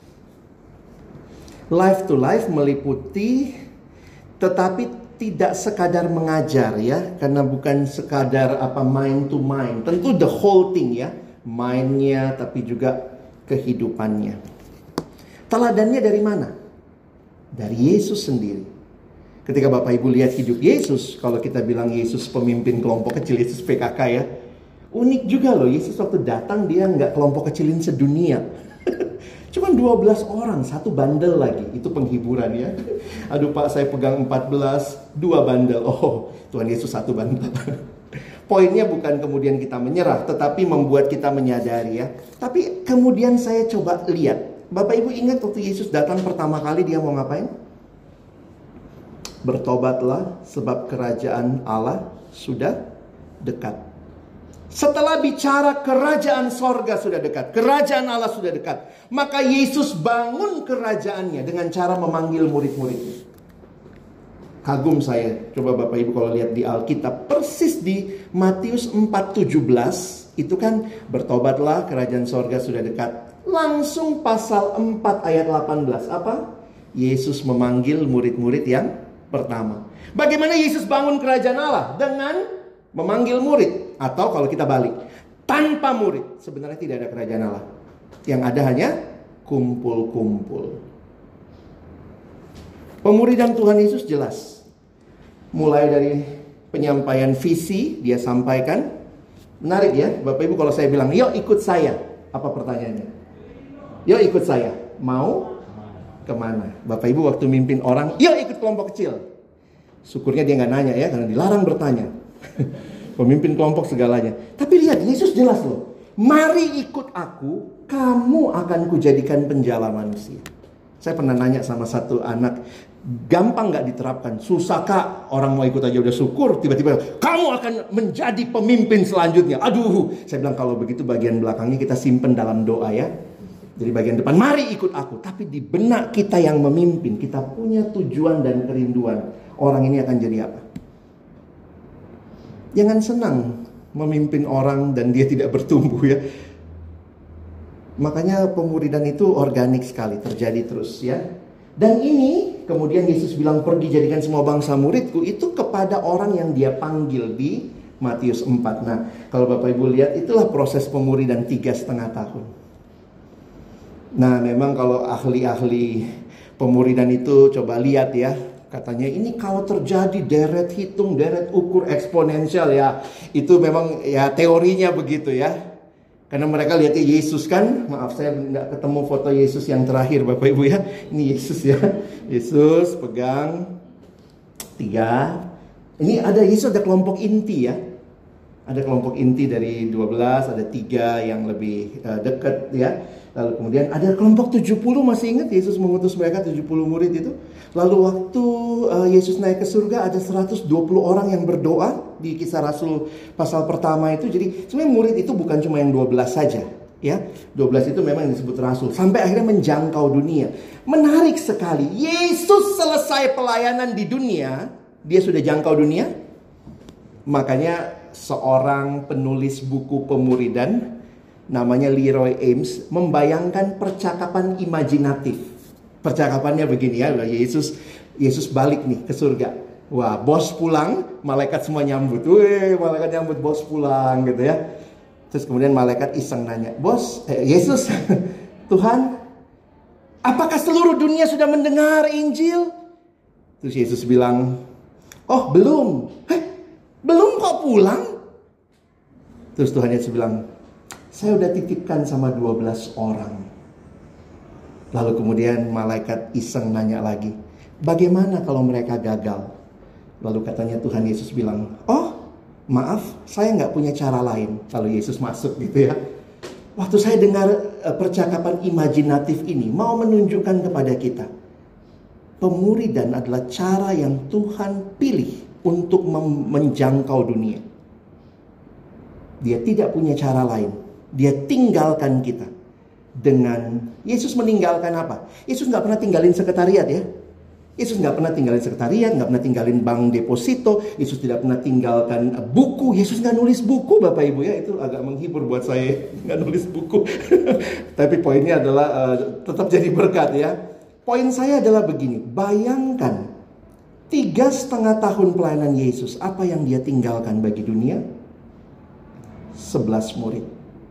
Life to life meliputi tetapi tidak sekadar mengajar ya. Karena bukan sekadar mind to mind. Tentu the whole thing ya. Mindnya tapi juga kehidupannya. Teladannya dari mana? Dari Yesus sendiri. Ketika Bapak Ibu lihat hidup Yesus, kalau kita bilang Yesus pemimpin kelompok kecil, Yesus PKK ya. Unik juga loh, Yesus waktu datang dia nggak kelompok kecilin sedunia. Cuman 12 orang, satu bandel lagi. Itu penghiburan ya. Aduh Pak, saya pegang 14, 2 bandel. Oh, Tuhan Yesus satu bandel. Poinnya bukan kemudian kita menyerah, tetapi membuat kita menyadari ya. Tapi kemudian saya coba lihat. Bapak Ibu ingat waktu Yesus datang pertama kali dia mau ngapain? Bertobatlah sebab kerajaan Allah sudah dekat. Setelah bicara kerajaan sorga sudah dekat, kerajaan Allah sudah dekat, maka Yesus bangun kerajaannya dengan cara memanggil murid-muridnya. Kagum saya, coba Bapak Ibu kalau lihat di Alkitab, persis di Matius 4:17, itu kan bertobatlah kerajaan sorga sudah dekat. Langsung pasal 4 ayat 18. Apa? Yesus memanggil murid-murid yang pertama. Bagaimana Yesus bangun kerajaan Allah? Dengan memanggil murid. Atau kalau kita balik, tanpa murid sebenarnya tidak ada kerajaan Allah. Yang ada hanya kumpul-kumpul. Pemuridan Tuhan Yesus jelas. Mulai dari penyampaian visi dia sampaikan. Menarik ya Bapak Ibu kalau saya bilang yuk ikut saya. Apa pertanyaannya? Yuk ikut saya. Mau kemana? Bapak Ibu waktu mimpin orang, yuk ikut kelompok kecil. Syukurnya dia nggak nanya ya, karena dilarang bertanya. Pemimpin kelompok segalanya. Tapi lihat, Yesus jelas loh. Mari ikut aku, kamu akan kujadikan penjala manusia. Saya pernah nanya sama satu anak, gampang nggak diterapkan? Susah Kak, orang mau ikut aja udah syukur. Tiba-tiba, kamu akan menjadi pemimpin selanjutnya. Aduh, saya bilang kalau begitu bagian belakangnya kita simpen dalam doa ya. Jadi bagian depan, mari ikut aku. Tapi di benak kita yang memimpin, kita punya tujuan dan kerinduan. Orang ini akan jadi apa? Jangan senang memimpin orang dan dia tidak bertumbuh ya. Makanya pemuridan itu organik sekali, terjadi terus ya. Dan ini kemudian Yesus bilang pergi jadikan semua bangsa muridku. Itu kepada orang yang dia panggil di Matius 4. Nah kalau Bapak Ibu lihat, itulah proses pemuridan 3,5 tahun. Nah memang kalau ahli-ahli pemuridan itu coba lihat ya, katanya ini kalau terjadi deret hitung, deret ukur eksponensial ya. Itu memang ya teorinya begitu ya. Karena mereka lihatnya Yesus kan, maaf saya nggak ketemu foto Yesus yang terakhir Bapak Ibu ya. Ini Yesus ya, Yesus pegang 3. Ini ada Yesus, ada kelompok inti ya. Ada kelompok inti dari 12, ada 3 yang lebih dekat ya. Lalu kemudian ada kelompok 70, masih ingat Yesus mengutus mereka 70 murid itu. Lalu waktu Yesus naik ke surga ada 120 orang yang berdoa di Kisah Rasul pasal pertama itu. Jadi sebenarnya murid itu bukan cuma yang 12 saja, ya. 12 itu memang disebut rasul. Sampai akhirnya menjangkau dunia. Menarik sekali. Yesus selesai pelayanan di dunia, dia sudah jangkau dunia. Makanya seorang penulis buku pemuridan namanya Leroy Ames membayangkan percakapan imajinatif. Percakapannya begini ya, Yesus balik nih ke surga. Wah, bos pulang, malaikat semua nyambut. Wih, malaikat nyambut bos pulang gitu ya. Terus kemudian malaikat iseng nanya, Yesus, Tuhan, apakah seluruh dunia sudah mendengar Injil? Terus Yesus bilang, oh belum. Belum kok pulang? Terus Tuhan Yesus bilang, saya udah titipkan sama 12 orang. Lalu kemudian malaikat iseng nanya lagi, bagaimana kalau mereka gagal? Lalu katanya Tuhan Yesus bilang, oh maaf, saya nggak punya cara lain. Lalu Yesus masuk gitu ya. Waktu saya dengar percakapan imajinatif ini, mau menunjukkan kepada kita, pemuridan adalah cara yang Tuhan pilih untuk menjangkau dunia. Dia tidak punya cara lain. Dia tinggalkan kita dengan Yesus meninggalkan apa? Yesus nggak pernah tinggalin sekretariat ya. Yesus nggak pernah tinggalin sekretariat, nggak pernah tinggalin bank deposito. Yesus tidak pernah tinggalkan buku. Yesus nggak nulis buku, Bapak Ibu ya. Itu agak menghibur buat saya, nggak nulis buku. Tapi poinnya adalah tetap jadi berkat ya. Poin saya adalah begini, bayangkan 3,5 tahun pelayanan Yesus, apa yang dia tinggalkan bagi dunia? 11 murid.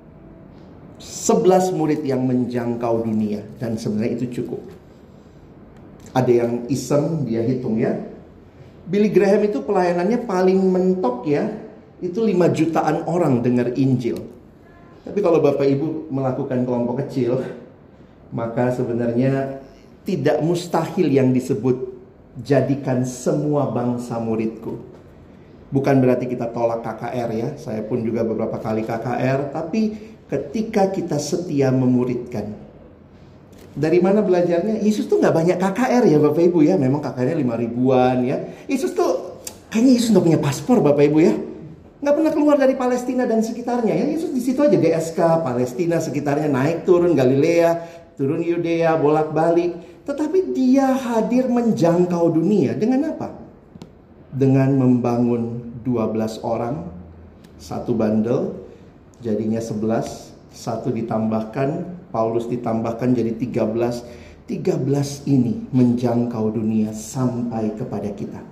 11 murid yang menjangkau dunia. Dan sebenarnya itu cukup. Ada yang iseng, dia hitung ya. Billy Graham itu pelayanannya paling mentok ya. Itu 5 jutaan orang dengar Injil. Tapi kalau Bapak Ibu melakukan kelompok kecil, maka sebenarnya tidak mustahil yang disebut jadikan semua bangsa muridku. Bukan berarti kita tolak KKR ya. Saya pun juga beberapa kali KKR. Tapi ketika kita setia memuridkan. Dari mana belajarnya? Yesus tuh gak banyak KKR ya Bapak Ibu ya. Memang KKR-nya 5.000-an ya. Yesus tuh, kayaknya Yesus gak punya paspor Bapak Ibu ya. Gak pernah keluar dari Palestina dan sekitarnya ya. Yesus di situ aja, GSK, Palestina sekitarnya, naik turun Galilea, turun Yudea, bolak-balik. Tetapi dia hadir menjangkau dunia. Dengan apa? Dengan membangun 12 orang, satu bandel, jadinya 11, satu ditambahkan, Paulus ditambahkan jadi 13. 13 ini menjangkau dunia sampai kepada kita.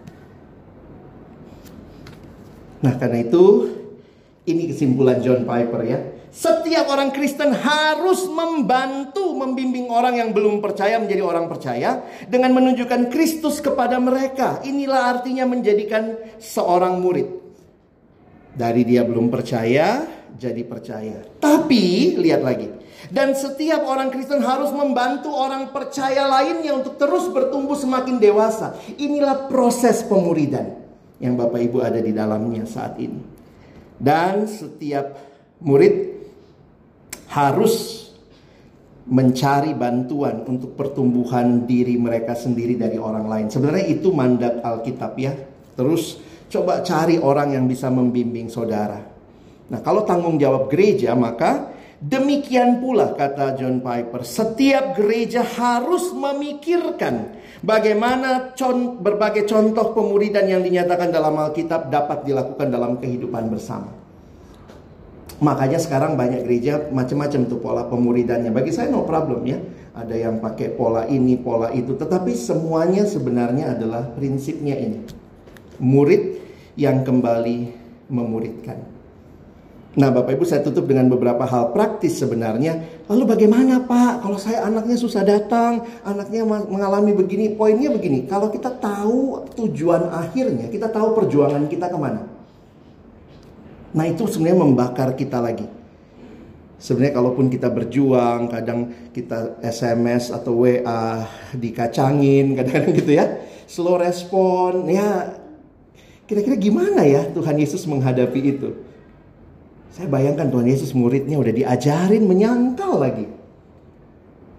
Nah, karena itu ini kesimpulan John Piper ya. Setiap orang Kristen harus membantu membimbing orang yang belum percaya menjadi orang percaya dengan menunjukkan Kristus kepada mereka. Inilah artinya menjadikan seorang murid. Dari dia belum percaya jadi percaya. Tapi lihat lagi. Dan setiap orang Kristen harus membantu orang percaya lainnya untuk terus bertumbuh semakin dewasa. Inilah proses pemuridan yang Bapak Ibu ada di dalamnya saat ini. Dan setiap murid harus mencari bantuan untuk pertumbuhan diri mereka sendiri dari orang lain. Sebenarnya itu mandat Alkitab ya. Terus coba cari orang yang bisa membimbing saudara. Nah, kalau tanggung jawab gereja, maka demikian pula kata John Piper, setiap gereja harus memikirkan bagaimana berbagai contoh pemuridan yang dinyatakan dalam Alkitab dapat dilakukan dalam kehidupan bersama. Makanya sekarang banyak gereja macam-macam tuh pola pemuridannya. Bagi saya no problem ya. Ada yang pakai pola ini, pola itu. Tetapi semuanya sebenarnya adalah prinsipnya ini. Murid yang kembali memuridkan. Nah Bapak Ibu, saya tutup dengan beberapa hal praktis sebenarnya. Lalu bagaimana Pak? Kalau saya anaknya susah datang, anaknya mengalami begini. Poinnya begini, kalau kita tahu tujuan akhirnya, kita tahu perjuangan kita kemana. Nah itu sebenarnya membakar kita lagi. Sebenarnya kalaupun kita berjuang, kadang kita SMS atau WA dikacangin, kadang-kadang gitu ya. Slow respon, ya kira-kira gimana ya Tuhan Yesus menghadapi itu? Saya bayangkan Tuhan Yesus muridnya udah diajarin menyangkal lagi.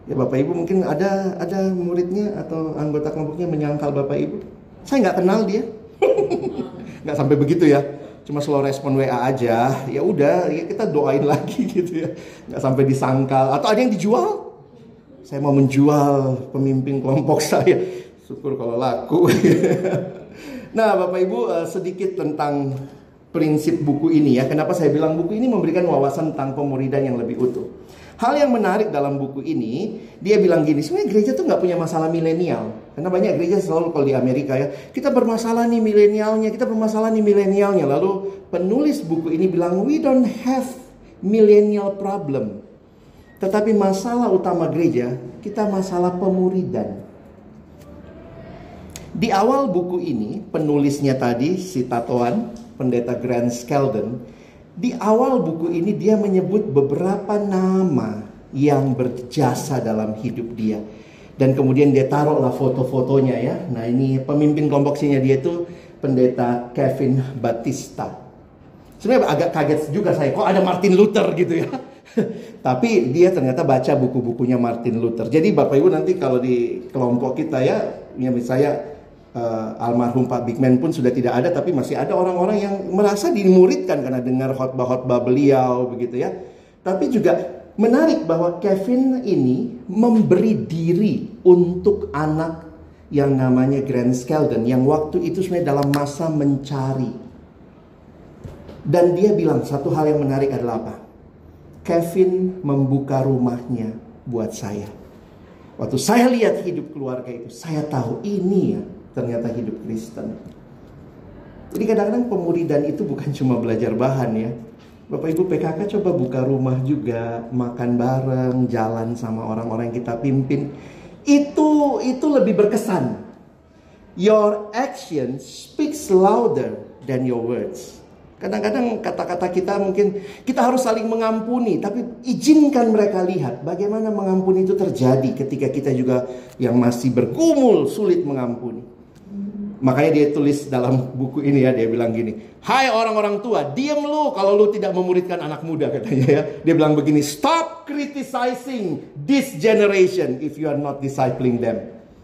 Ya Bapak Ibu mungkin ada muridnya atau anggota kelompoknya menyangkal Bapak Ibu. Saya nggak kenal dia. Nggak sampai begitu ya. Cuma slow respon WA aja. Ya udah, ya kita doain lagi gitu ya. Nggak sampai disangkal. Atau ada yang dijual. Saya mau menjual pemimpin kelompok saya. Syukur kalau laku. Nah Bapak Ibu, sedikit tentang prinsip buku ini ya. Kenapa saya bilang buku ini memberikan wawasan tentang pemuridan yang lebih utuh. Hal yang menarik dalam buku ini, dia bilang gini, sebenarnya gereja tuh nggak punya masalah milenial. Karena banyak gereja selalu kalau di Amerika ya, kita bermasalah nih milenialnya, kita bermasalah nih milenialnya. Lalu penulis buku ini bilang, we don't have millennial problem. Tetapi masalah utama gereja, kita masalah pemuridan. Di awal buku ini, penulisnya tadi, si tatoan, Pendeta Grant Skeldon, di awal buku ini dia menyebut beberapa nama yang berjasa dalam hidup dia. Dan kemudian dia taruhlah foto-fotonya ya. Nah ini pemimpin kelompok sini dia itu Pendeta Kevin Batista. Sebenarnya agak kaget juga saya, kok ada Martin Luther gitu ya. Tapi dia ternyata baca buku-bukunya Martin Luther. Jadi Bapak Ibu nanti kalau di kelompok kita ya misalnya almarhum Pak Bigman pun sudah tidak ada, tapi masih ada orang-orang yang merasa dimuridkan karena dengar khotbah-khotbah beliau begitu ya. Tapi juga menarik bahwa Kevin ini memberi diri untuk anak yang namanya Grant Skeldon yang waktu itu sebenarnya dalam masa mencari. Dan dia bilang satu hal yang menarik adalah apa? Kevin membuka rumahnya buat saya. Waktu saya lihat hidup keluarga itu, saya tahu ini ya ternyata hidup Kristen. Jadi kadang-kadang pemuridan itu bukan cuma belajar bahan ya. Bapak Ibu PKK coba buka rumah juga, makan bareng, jalan sama orang-orang yang kita pimpin. Itu lebih berkesan. Your action speaks louder than your words. Kadang-kadang kata-kata kita mungkin kita harus saling mengampuni, tapi izinkan mereka lihat bagaimana mengampuni itu terjadi ketika kita juga yang masih bergumul sulit mengampuni. Makanya dia tulis dalam buku ini ya, dia bilang gini, hai orang-orang tua, diam lu kalau lu tidak memuridkan anak muda katanya ya. Dia bilang begini, stop criticizing this generation if you are not discipling them.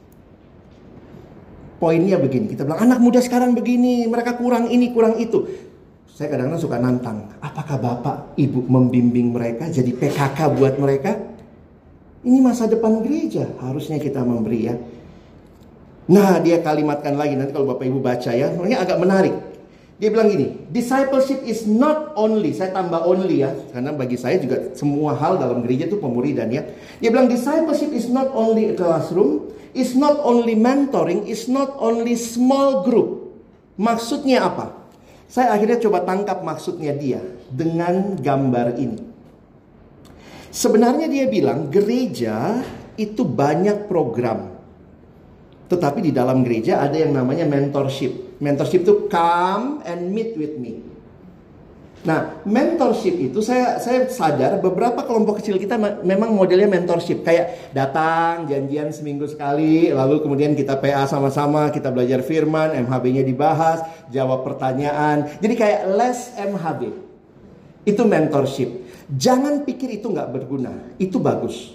Poinnya begini, kita bilang anak muda sekarang begini, mereka kurang ini, kurang itu. Saya kadang-kadang suka nantang, apakah Bapak Ibu membimbing mereka jadi PKK buat mereka? Ini masa depan gereja, harusnya kita memberi ya. Nah dia kalimatkan lagi, nanti kalau Bapak Ibu baca ya, ini agak menarik. Dia bilang gini, discipleship is not only, saya tambah only ya, karena bagi saya juga semua hal dalam gereja itu pemuridan ya. Dia bilang discipleship is not only a classroom, is not only mentoring, is not only small group. Maksudnya apa? Saya akhirnya coba tangkap maksudnya dia dengan gambar ini. Sebenarnya dia bilang gereja itu banyak program. Tetapi di dalam gereja ada yang namanya mentorship. Mentorship itu come and meet with me. Nah, mentorship itu saya sadar beberapa kelompok kecil kita memang modelnya mentorship. Kayak datang, janjian seminggu sekali, lalu kemudian kita PA sama-sama, kita belajar firman, MHB-nya dibahas, jawab pertanyaan. Jadi kayak les MHB. Itu mentorship. Jangan pikir itu nggak berguna, itu bagus.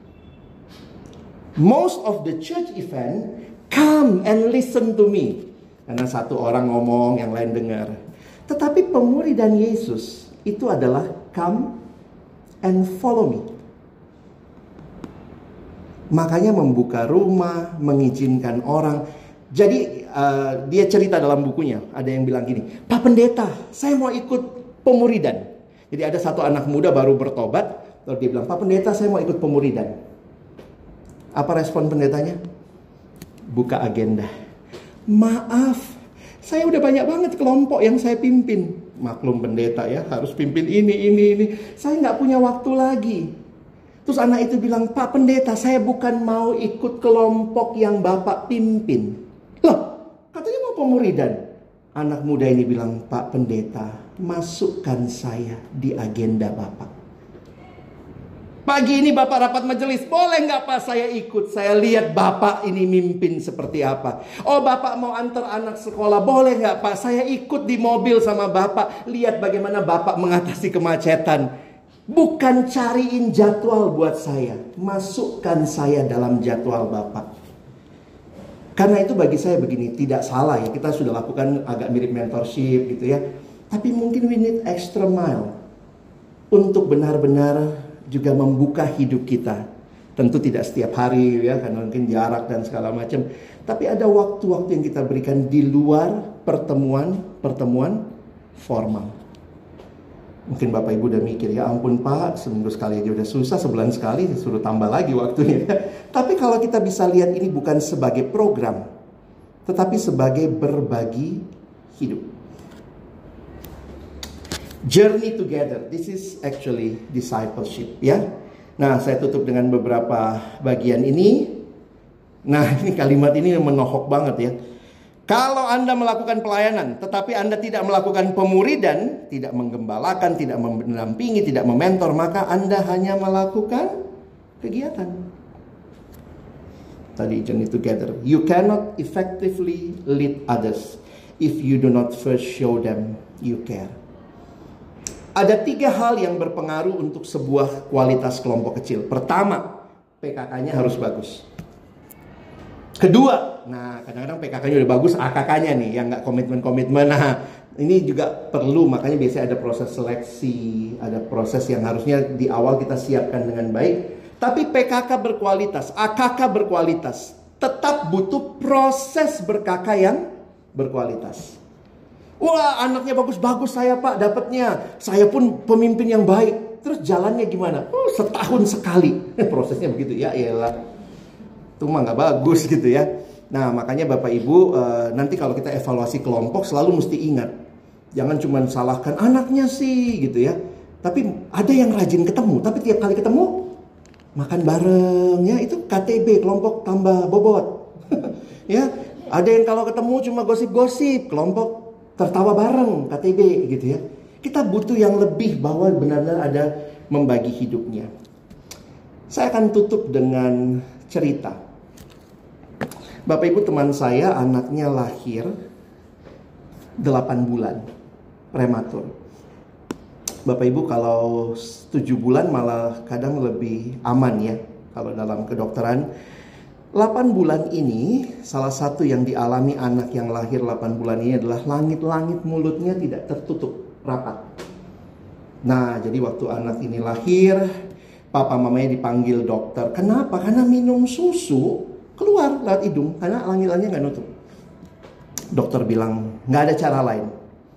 Most of the church event, come and listen to me. Karena satu orang ngomong, yang lain dengar. Tetapi pemuridan Yesus itu adalah come and follow me. Makanya membuka rumah, mengizinkan orang. Jadi dia cerita dalam bukunya, ada yang bilang gini, Pak Pendeta, saya mau ikut pemuridan. Jadi ada satu anak muda baru bertobat, lalu dia bilang, Pak Pendeta, saya mau ikut pemuridan. Apa respon pendetanya? Buka agenda. Maaf, saya udah banyak banget kelompok yang saya pimpin. Maklum pendeta ya, harus pimpin ini. Saya nggak punya waktu lagi. Terus anak itu bilang, Pak Pendeta, saya bukan mau ikut kelompok yang Bapak pimpin. Loh, katanya mau pemuridan. Anak muda ini bilang, Pak Pendeta, masukkan saya di agenda Bapak. Pagi ini Bapak rapat majelis, boleh nggak Pak saya ikut? Saya lihat Bapak ini mimpin seperti apa. Oh Bapak mau antar anak sekolah, boleh nggak Pak? Saya ikut di mobil sama Bapak, lihat bagaimana Bapak mengatasi kemacetan. Bukan cariin jadwal buat saya, masukkan saya dalam jadwal Bapak. Karena itu bagi saya begini, tidak salah ya, kita sudah lakukan agak mirip mentorship gitu ya. Tapi mungkin we need extra mile untuk benar-benar juga membuka hidup kita. Tentu tidak setiap hari ya, karena mungkin jarak dan segala macam. Tapi ada waktu-waktu yang kita berikan di luar pertemuan formal. Mungkin Bapak Ibu udah mikir, ya ampun Pak, seminggu sekali aja udah susah, sebulan sekali suruh tambah lagi waktunya. Tapi kalau kita bisa lihat ini bukan sebagai program, tetapi sebagai berbagi hidup. Journey together, this is actually discipleship ya. Nah, saya tutup dengan beberapa bagian ini. Nah, ini kalimat ini menohok banget ya. Kalau Anda melakukan pelayanan, tetapi Anda tidak melakukan pemuridan, tidak menggembalakan, tidak mendampingi, tidak mementor, maka Anda hanya melakukan kegiatan. Tadi journey together. You cannot effectively lead others if you do not first show them you care. Ada 3 hal yang berpengaruh untuk sebuah kualitas kelompok kecil. Pertama, PKK-nya harus bagus. Kedua, nah kadang-kadang PKK-nya udah bagus, AKK-nya nih yang nggak komitmen-komitmen. Nah ini juga perlu, makanya biasanya ada proses seleksi, ada proses yang harusnya di awal kita siapkan dengan baik. Tapi PKK berkualitas, AKK berkualitas, tetap butuh proses ber-KK yang berkualitas. Wah anaknya bagus-bagus saya Pak dapatnya, saya pun pemimpin yang baik. Terus jalannya gimana? Setahun sekali, prosesnya begitu ya, iyalah. Itu mah nggak bagus gitu ya. Nah makanya Bapak Ibu nanti kalau kita evaluasi kelompok selalu mesti ingat, jangan cuma salahkan anaknya sih gitu ya. Tapi ada yang rajin ketemu, tapi tiap kali ketemu makan bareng ya, itu KTB, kelompok tambah bobot. Ya, ada yang kalau ketemu cuma gosip-gosip, kelompok tertawa bareng, KTB gitu ya. Kita butuh yang lebih, bahwa benar-benar ada membagi hidupnya. Saya akan tutup dengan cerita. Bapak Ibu, teman saya anaknya lahir 8 bulan prematur. Bapak Ibu kalau 7 bulan malah kadang lebih aman ya kalau dalam kedokteran. 8 bulan ini salah satu yang dialami anak yang lahir 8 bulan ini adalah langit-langit mulutnya tidak tertutup rapat. Nah jadi waktu anak ini lahir, papa mamanya dipanggil dokter. Kenapa? Karena minum susu keluar lewat hidung, karena langit-langitnya nggak nutup. Dokter bilang nggak ada cara lain.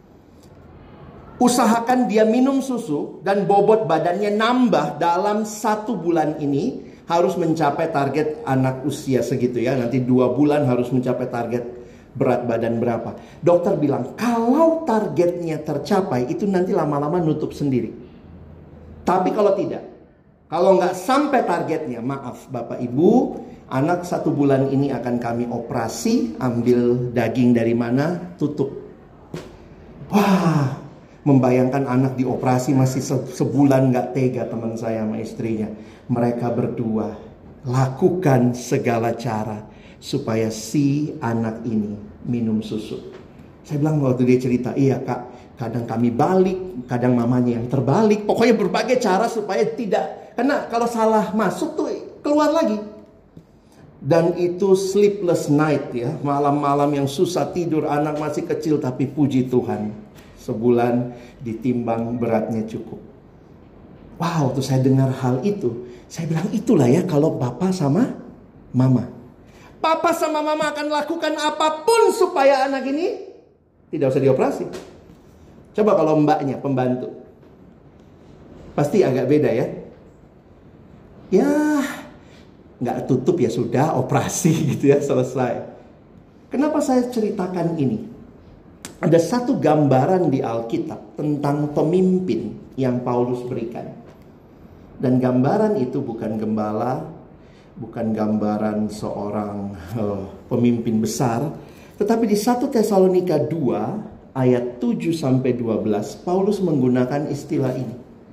Usahakan dia minum susu dan bobot badannya nambah dalam 1 bulan ini, harus mencapai target anak usia segitu ya. Nanti 2 bulan harus mencapai target berat badan berapa. Dokter bilang kalau targetnya tercapai itu nanti lama-lama nutup sendiri. Tapi kalau tidak, kalau nggak sampai targetnya, maaf Bapak Ibu, anak 1 bulan ini akan kami operasi, ambil daging dari mana, tutup. Wah, membayangkan anak dioperasi masih sebulan gak tega teman saya sama istrinya. Mereka berdua lakukan segala cara supaya si anak ini minum susu. Saya bilang waktu dia cerita, iya Kak, kadang kami balik, kadang mamanya yang terbalik. Pokoknya berbagai cara supaya tidak, karena kalau salah masuk tuh keluar lagi. Dan itu sleepless night ya, malam-malam yang susah tidur, anak masih kecil, tapi puji Tuhan, sebulan ditimbang beratnya cukup. Wow, waktu saya dengar hal itu, saya bilang itulah ya kalau papa sama mama. Papa sama mama akan lakukan apapun supaya anak ini tidak usah dioperasi. Coba kalau mbaknya, pembantu, pasti agak beda ya. Ya nggak tutup ya sudah, operasi gitu ya, selesai. Kenapa saya ceritakan ini? Ada satu gambaran di Alkitab tentang pemimpin yang Paulus berikan. Dan gambaran itu bukan gembala, bukan gambaran seorang pemimpin besar, tetapi di 1 Tesalonika 2 ayat 7-12 Paulus menggunakan istilah ini.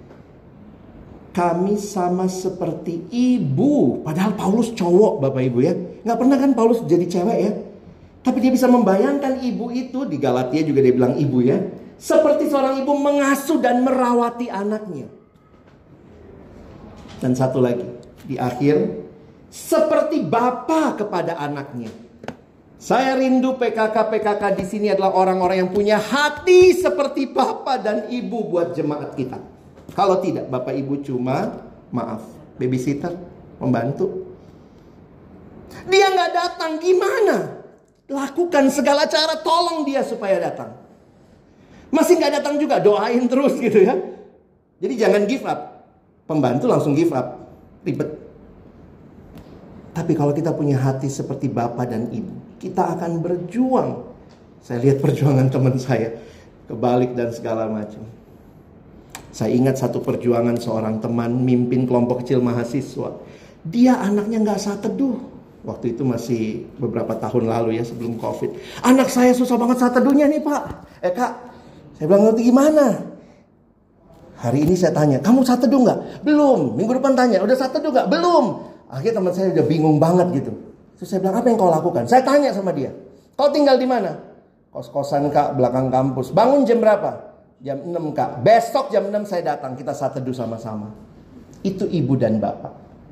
Kami sama seperti ibu. Padahal Paulus cowok Bapak Ibu ya. Gak pernah kan Paulus jadi cewek ya. Tapi dia bisa membayangkan ibu itu. Di Galatia juga dia bilang ibu ya. Seperti seorang ibu mengasuh dan merawati anaknya. Dan satu lagi, di akhir, seperti bapa kepada anaknya. Saya rindu PKK di sini adalah orang-orang yang punya hati seperti bapa dan ibu buat jemaat kita. Kalau tidak, bapak ibu cuma, maaf, babysitter, pembantu. Dia nggak datang, gimana? Lakukan segala cara, tolong dia supaya datang. Masih nggak datang juga, doain terus gitu ya. Jadi jangan give up. Pembantu langsung give up, ribet. Tapi kalau kita punya hati seperti bapak dan ibu, kita akan berjuang. Saya lihat perjuangan teman saya, kebalik dan segala macam. Saya ingat satu perjuangan seorang teman mimpin kelompok kecil mahasiswa. Dia anaknya nggak saat teduh. Waktu itu masih beberapa tahun lalu ya, sebelum COVID. Anak saya susah banget saat teduhnya nih Pak. Kak, saya bilang ngerti gimana? Hari ini saya tanya, kamu saat teduh nggak? Belum. Minggu depan tanya, udah saat teduh nggak? Belum. Akhirnya teman saya udah bingung banget gitu. Terus saya bilang, apa yang kau lakukan? Saya tanya sama dia, kau tinggal di mana? Kos-kosan Kak, belakang kampus. Bangun jam berapa? Jam 6 Kak. Besok jam 6 saya datang, kita saat teduh sama-sama. Itu ibu dan bapak.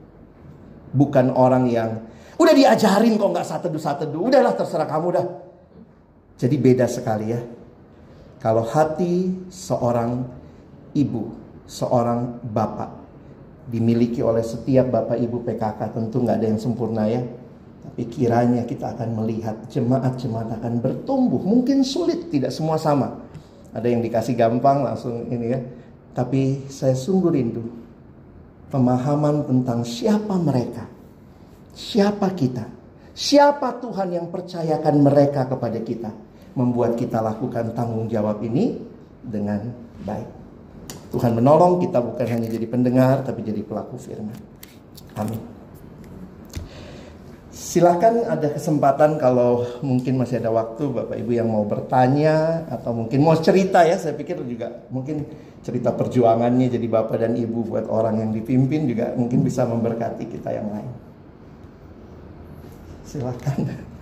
Bukan orang yang udah diajarin kok nggak saat teduh. Udahlah terserah kamu dah. Jadi beda sekali ya. Kalau hati seorang ibu, seorang bapak dimiliki oleh setiap bapak ibu PKK, tentu nggak ada yang sempurna ya. Tapi kiranya kita akan melihat jemaat-jemaat akan bertumbuh. Mungkin sulit, tidak semua sama. Ada yang dikasih gampang langsung ini ya. Tapi saya sungguh rindu pemahaman tentang siapa mereka. Siapa kita? Siapa Tuhan yang percayakan mereka kepada kita? Membuat kita lakukan tanggung jawab ini dengan baik. Tuhan menolong kita bukan hanya jadi pendengar, tapi jadi pelaku firman. Amin. Silakan ada kesempatan kalau mungkin masih ada waktu Bapak Ibu yang mau bertanya atau mungkin mau cerita ya. Saya pikir juga mungkin cerita perjuangannya jadi Bapak dan Ibu buat orang yang dipimpin juga mungkin bisa memberkati kita yang lain. Silakan.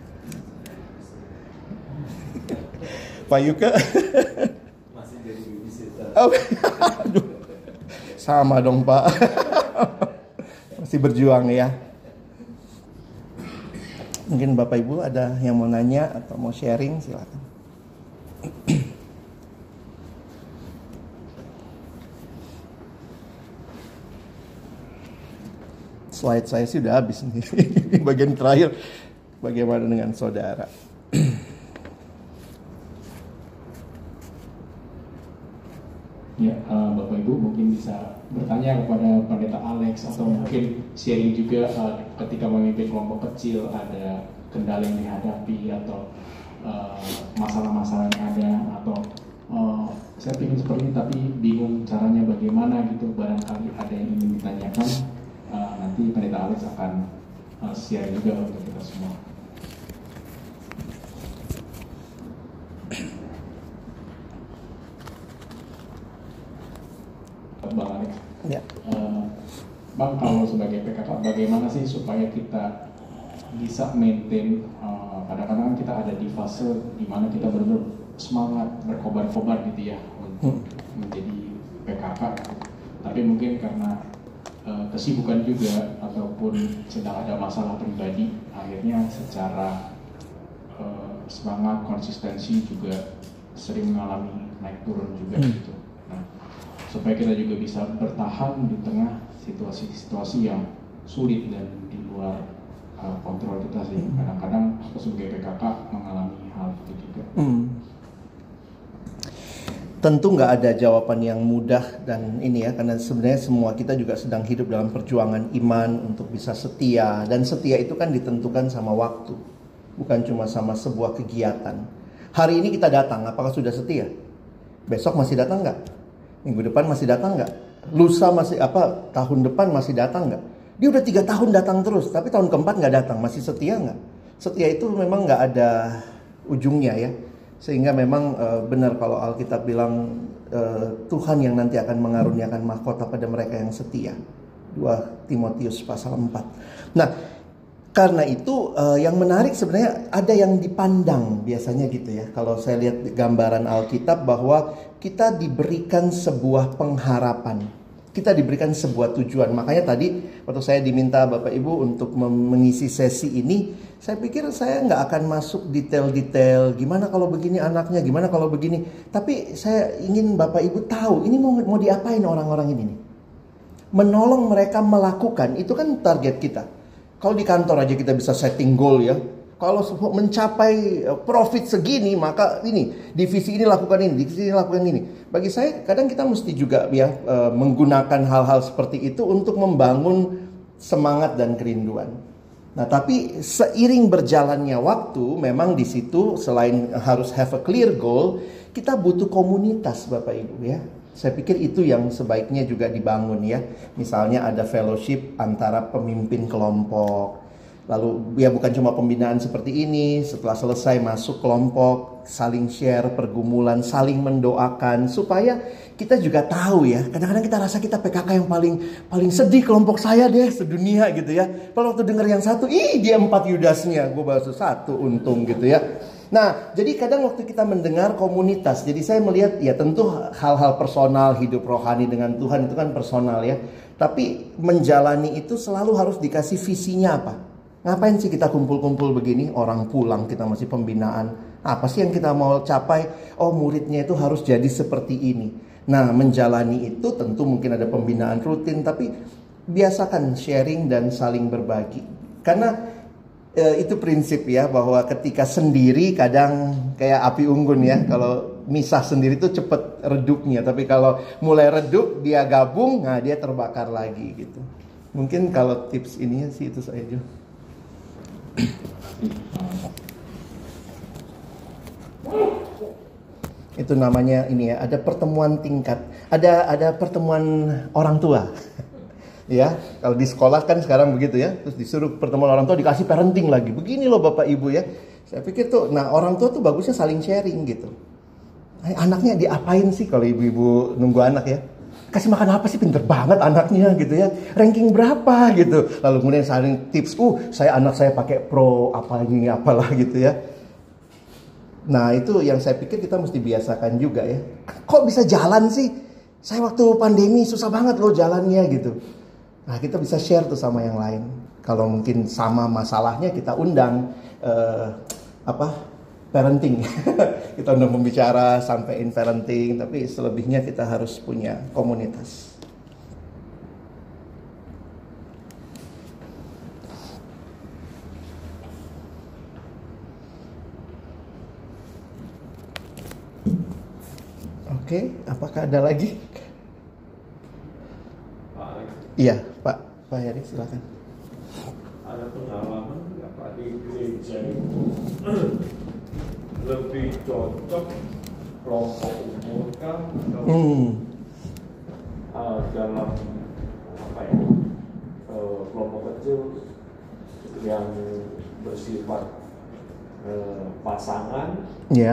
Pak Yuka. Masih jadi babysitter. Oh, aduh. Sama dong Pak. Masih berjuang ya. Mungkin Bapak Ibu ada yang mau nanya atau mau sharing, silakan. Slide saya sih udah habis nih. Bagian terakhir, bagaimana dengan saudara? Ya, Bapak Ibu mungkin bisa bertanya kepada Pendeta Alex atau mungkin sharing juga ketika memimpin kelompok kecil ada kendala yang dihadapi atau masalah-masalah yang ada atau saya ingin seperti ini tapi bingung caranya bagaimana gitu, barangkali ada yang ingin ditanyakan, nanti Pendeta Alex akan share juga untuk kita semua. Bang Alex, Ya. Bang, kalau sebagai PKK bagaimana sih supaya kita bisa maintain, kadang-kadang kita ada di fase di mana kita benar-benar semangat berkobar-kobar gitu ya untuk menjadi PKK, tapi mungkin karena kesibukan juga ataupun sedang ada masalah pribadi, akhirnya secara semangat konsistensi juga sering mengalami naik turun juga gitu. Nah, supaya kita juga bisa bertahan di tengah situasi-situasi yang sulit dan di luar kontrol kita sih. Kadang-kadang aku sebagai PKK mengalami hal itu juga. Tentu nggak ada jawaban yang mudah dan ini ya, karena sebenarnya semua kita juga sedang hidup dalam perjuangan iman untuk bisa setia, dan setia itu kan ditentukan sama waktu, bukan cuma sama sebuah kegiatan. Hari ini kita datang, apakah sudah setia? Besok masih datang nggak? Minggu depan masih datang nggak? Lusa masih tahun depan masih datang nggak? Dia udah 3 tahun datang terus, tapi tahun keempat nggak datang, masih setia nggak? Setia itu memang nggak ada ujungnya ya. Sehingga memang benar kalau Alkitab bilang Tuhan yang nanti akan mengaruniakan mahkota pada mereka yang setia. 2 Timotius pasal 4. Nah, karena itu yang menarik sebenarnya ada yang dipandang biasanya gitu ya. Kalau saya lihat gambaran Alkitab bahwa kita diberikan sebuah pengharapan. Kita diberikan sebuah tujuan. Makanya tadi waktu saya diminta Bapak Ibu untuk mengisi sesi ini, saya pikir saya nggak akan masuk detail-detail. Gimana kalau begini anaknya, gimana kalau begini. Tapi saya ingin Bapak Ibu tahu, ini mau diapain orang-orang ini nih. Menolong mereka melakukan, itu kan target kita. Kalau di kantor aja kita bisa setting goal ya. Kalau mencapai profit segini, maka ini divisi ini lakukan ini, divisi ini lakukan ini. Bagi saya kadang kita mesti juga ya menggunakan hal-hal seperti itu untuk membangun semangat dan kerinduan. Nah, tapi seiring berjalannya waktu, memang di situ selain harus have a clear goal, kita butuh komunitas Bapak Ibu ya. Saya pikir itu yang sebaiknya juga dibangun ya. Misalnya ada fellowship antara pemimpin kelompok. Lalu ya bukan cuma pembinaan seperti ini, setelah selesai masuk kelompok, saling share pergumulan, saling mendoakan supaya kita juga tahu ya. Kadang-kadang kita rasa kita PKK yang paling sedih kelompok saya deh sedunia gitu ya. Kalau waktu dengar yang satu, dia 4 Yudasnya, gue baru 1 untung gitu ya. Nah, jadi kadang waktu kita mendengar komunitas, jadi saya melihat ya tentu hal-hal personal, hidup rohani dengan Tuhan itu kan personal ya. Tapi menjalani itu selalu harus dikasih visinya apa. Ngapain sih kita kumpul-kumpul begini? Orang pulang kita masih pembinaan. Apa sih yang kita mau capai? Oh, muridnya itu harus jadi seperti ini. Nah, menjalani itu tentu mungkin ada pembinaan rutin, tapi biasakan sharing dan saling berbagi. Karena itu prinsip ya, bahwa ketika sendiri kadang kayak api unggun ya. Kalau misah sendiri itu cepet redupnya, tapi kalau mulai redup dia gabung, nah dia terbakar lagi gitu. Mungkin kalau tips ini sih itu saja. Itu namanya ini ya, ada pertemuan tingkat, ada pertemuan orang tua. Ya, kalau di sekolah kan sekarang begitu ya, terus disuruh pertemuan orang tua, dikasih parenting lagi. Begini loh Bapak Ibu ya. Saya pikir tuh, nah orang tua tuh bagusnya saling sharing gitu. Anaknya diapain sih kalau ibu-ibu nunggu anak ya? Kasih makan apa sih, pinter banget anaknya gitu ya. Ranking berapa gitu. Lalu kemudian saling tips, anak saya pakai pro apa ini apalah gitu ya. Nah, itu yang saya pikir kita mesti biasakan juga ya. Kok bisa jalan sih? Saya waktu pandemi susah banget loh jalannya gitu. Nah, kita bisa share tuh sama yang lain. Kalau mungkin sama masalahnya kita undang parenting. Kita undang pembicara sampai parenting, tapi selebihnya kita harus punya komunitas. Oke, apakah ada lagi? Pak Alex. Iya, Pak Heri, silakan. Ada pengalaman nggak Pak di gereja itu lebih cocok kelompok umur kan atau dalam kelompok kecil yang bersifat pasangan,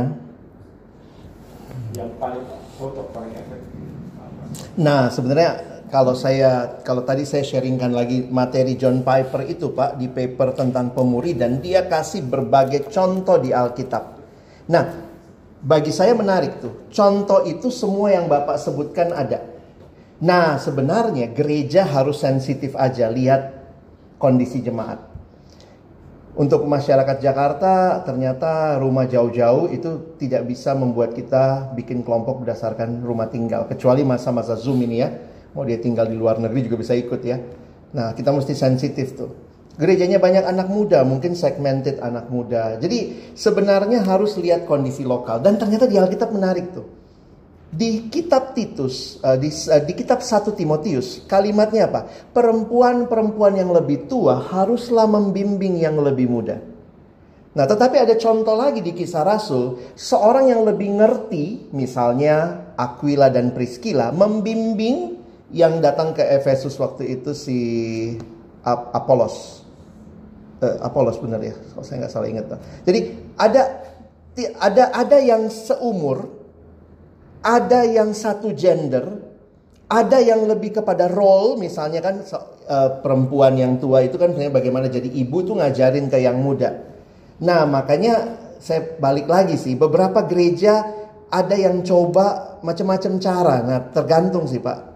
yang paling cocok, paling efektif. Nah, sebenarnya kalau tadi saya sharingkan lagi materi John Piper itu Pak, di paper tentang pemuridan, dia kasih berbagai contoh di Alkitab. Nah, bagi saya menarik tuh. Contoh itu semua yang Bapak sebutkan ada. Nah, sebenarnya gereja harus sensitif aja lihat kondisi jemaat. Untuk masyarakat Jakarta, ternyata rumah jauh-jauh itu tidak bisa membuat kita bikin kelompok berdasarkan rumah tinggal. Kecuali masa-masa Zoom ini ya. Mau dia tinggal di luar negeri juga bisa ikut ya. Nah, kita mesti sensitif tuh. Gerejanya banyak anak muda, mungkin segmented anak muda. Jadi sebenarnya harus lihat kondisi lokal. Dan ternyata di Alkitab menarik tuh. Di kitab Titus, di kitab 1 Timotius, kalimatnya apa? Perempuan-perempuan yang lebih tua haruslah membimbing yang lebih muda. Nah, tetapi ada contoh lagi di Kisah Rasul. Seorang yang lebih ngerti, misalnya Aquila dan Priscilla, membimbing yang datang ke Efesus waktu itu si Apolos. Apolos benar ya, kalau saya nggak salah ingat. Jadi ada yang seumur, ada yang satu gender, ada yang lebih kepada role, misalnya kan perempuan yang tua itu kan sebenarnya bagaimana jadi ibu tuh ngajarin ke yang muda. Nah, makanya saya balik lagi sih, beberapa gereja ada yang coba macam-macam cara. Nah, tergantung sih Pak.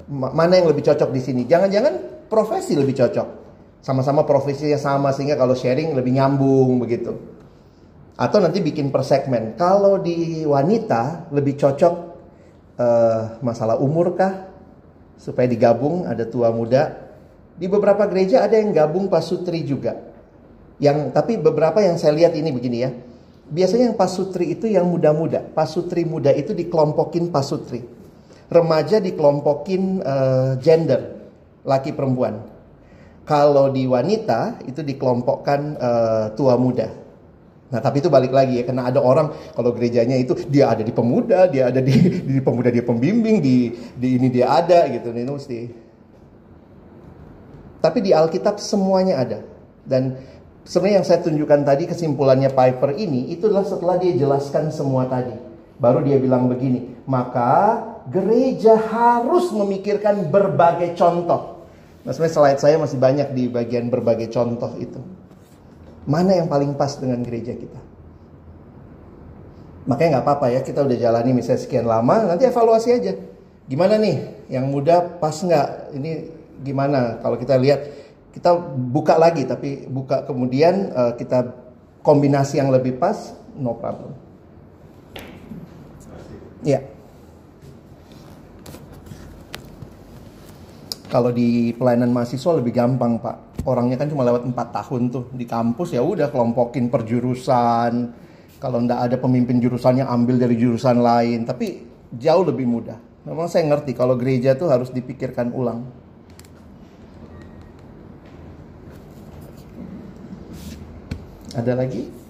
Mana yang lebih cocok di sini? Jangan-jangan profesi lebih cocok. Sama-sama profesinya sama sehingga kalau sharing lebih nyambung begitu. Atau nanti bikin per segmen. Kalau di wanita lebih cocok masalah umur kah? Supaya digabung ada tua muda. Di beberapa gereja ada yang gabung pasutri juga. Tapi beberapa yang saya lihat ini begini ya. Biasanya yang pasutri itu yang muda-muda. Pasutri muda itu dikelompokin pasutri. Remaja dikelompokin gender, laki perempuan. Kalau di wanita itu dikelompokkan tua muda. Nah tapi itu balik lagi ya, karena ada orang kalau gerejanya itu dia ada di pemuda, dia ada di pemuda dia pembimbing, di ini dia ada gitu. Ini mesti. Tapi di Alkitab semuanya ada. Dan sebenarnya yang saya tunjukkan tadi kesimpulannya Piper ini itu adalah setelah dia jelaskan semua tadi. Baru dia bilang begini, maka gereja harus memikirkan berbagai contoh. Nah sebenarnya slide saya masih banyak di bagian berbagai contoh itu. Mana yang paling pas dengan gereja kita? Makanya gak apa-apa ya, kita udah jalani misalnya sekian lama, nanti evaluasi aja. Gimana nih, yang muda pas gak? Ini gimana? Kalau kita lihat, kita buka lagi, tapi buka kemudian kita kombinasi yang lebih pas, no problem. Ya. Kalau di pelayanan mahasiswa lebih gampang Pak. Orangnya kan cuma lewat 4 tahun tuh. Di kampus ya udah kelompokin per jurusan. Kalau nggak ada pemimpin jurusannya ambil dari jurusan lain. Tapi jauh lebih mudah. Memang saya ngerti kalau gereja tuh harus dipikirkan ulang. Ada lagi?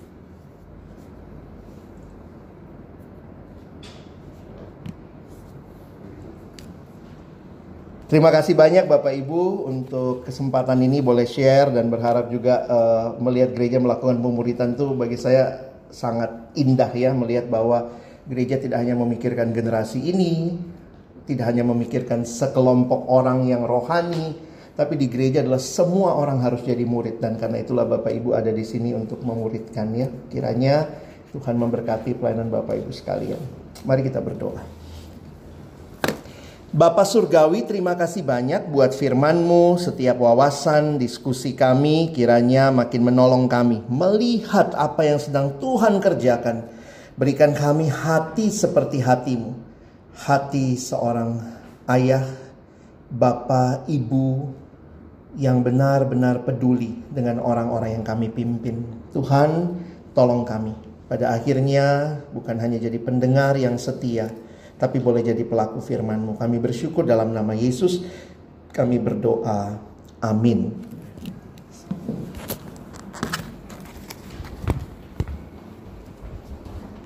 Terima kasih banyak Bapak Ibu untuk kesempatan ini boleh share dan berharap juga melihat gereja melakukan pemuritan itu bagi saya sangat indah ya, melihat bahwa gereja tidak hanya memikirkan generasi ini, tidak hanya memikirkan sekelompok orang yang rohani, tapi di gereja adalah semua orang harus jadi murid dan karena itulah Bapak Ibu ada di sini untuk memuridkan ya. Kiranya Tuhan memberkati pelayanan Bapak Ibu sekalian. Mari kita berdoa. Bapa Surgawi, terima kasih banyak buat firman-Mu, setiap wawasan, diskusi kami, kiranya makin menolong kami melihat apa yang sedang Tuhan kerjakan. Berikan kami hati seperti hati-Mu, hati seorang ayah, bapa, ibu yang benar-benar peduli dengan orang-orang yang kami pimpin. Tuhan, tolong kami. Pada akhirnya bukan hanya jadi pendengar yang setia, tapi boleh jadi pelaku firman-Mu. Kami bersyukur dalam nama Yesus. Kami berdoa. Amin.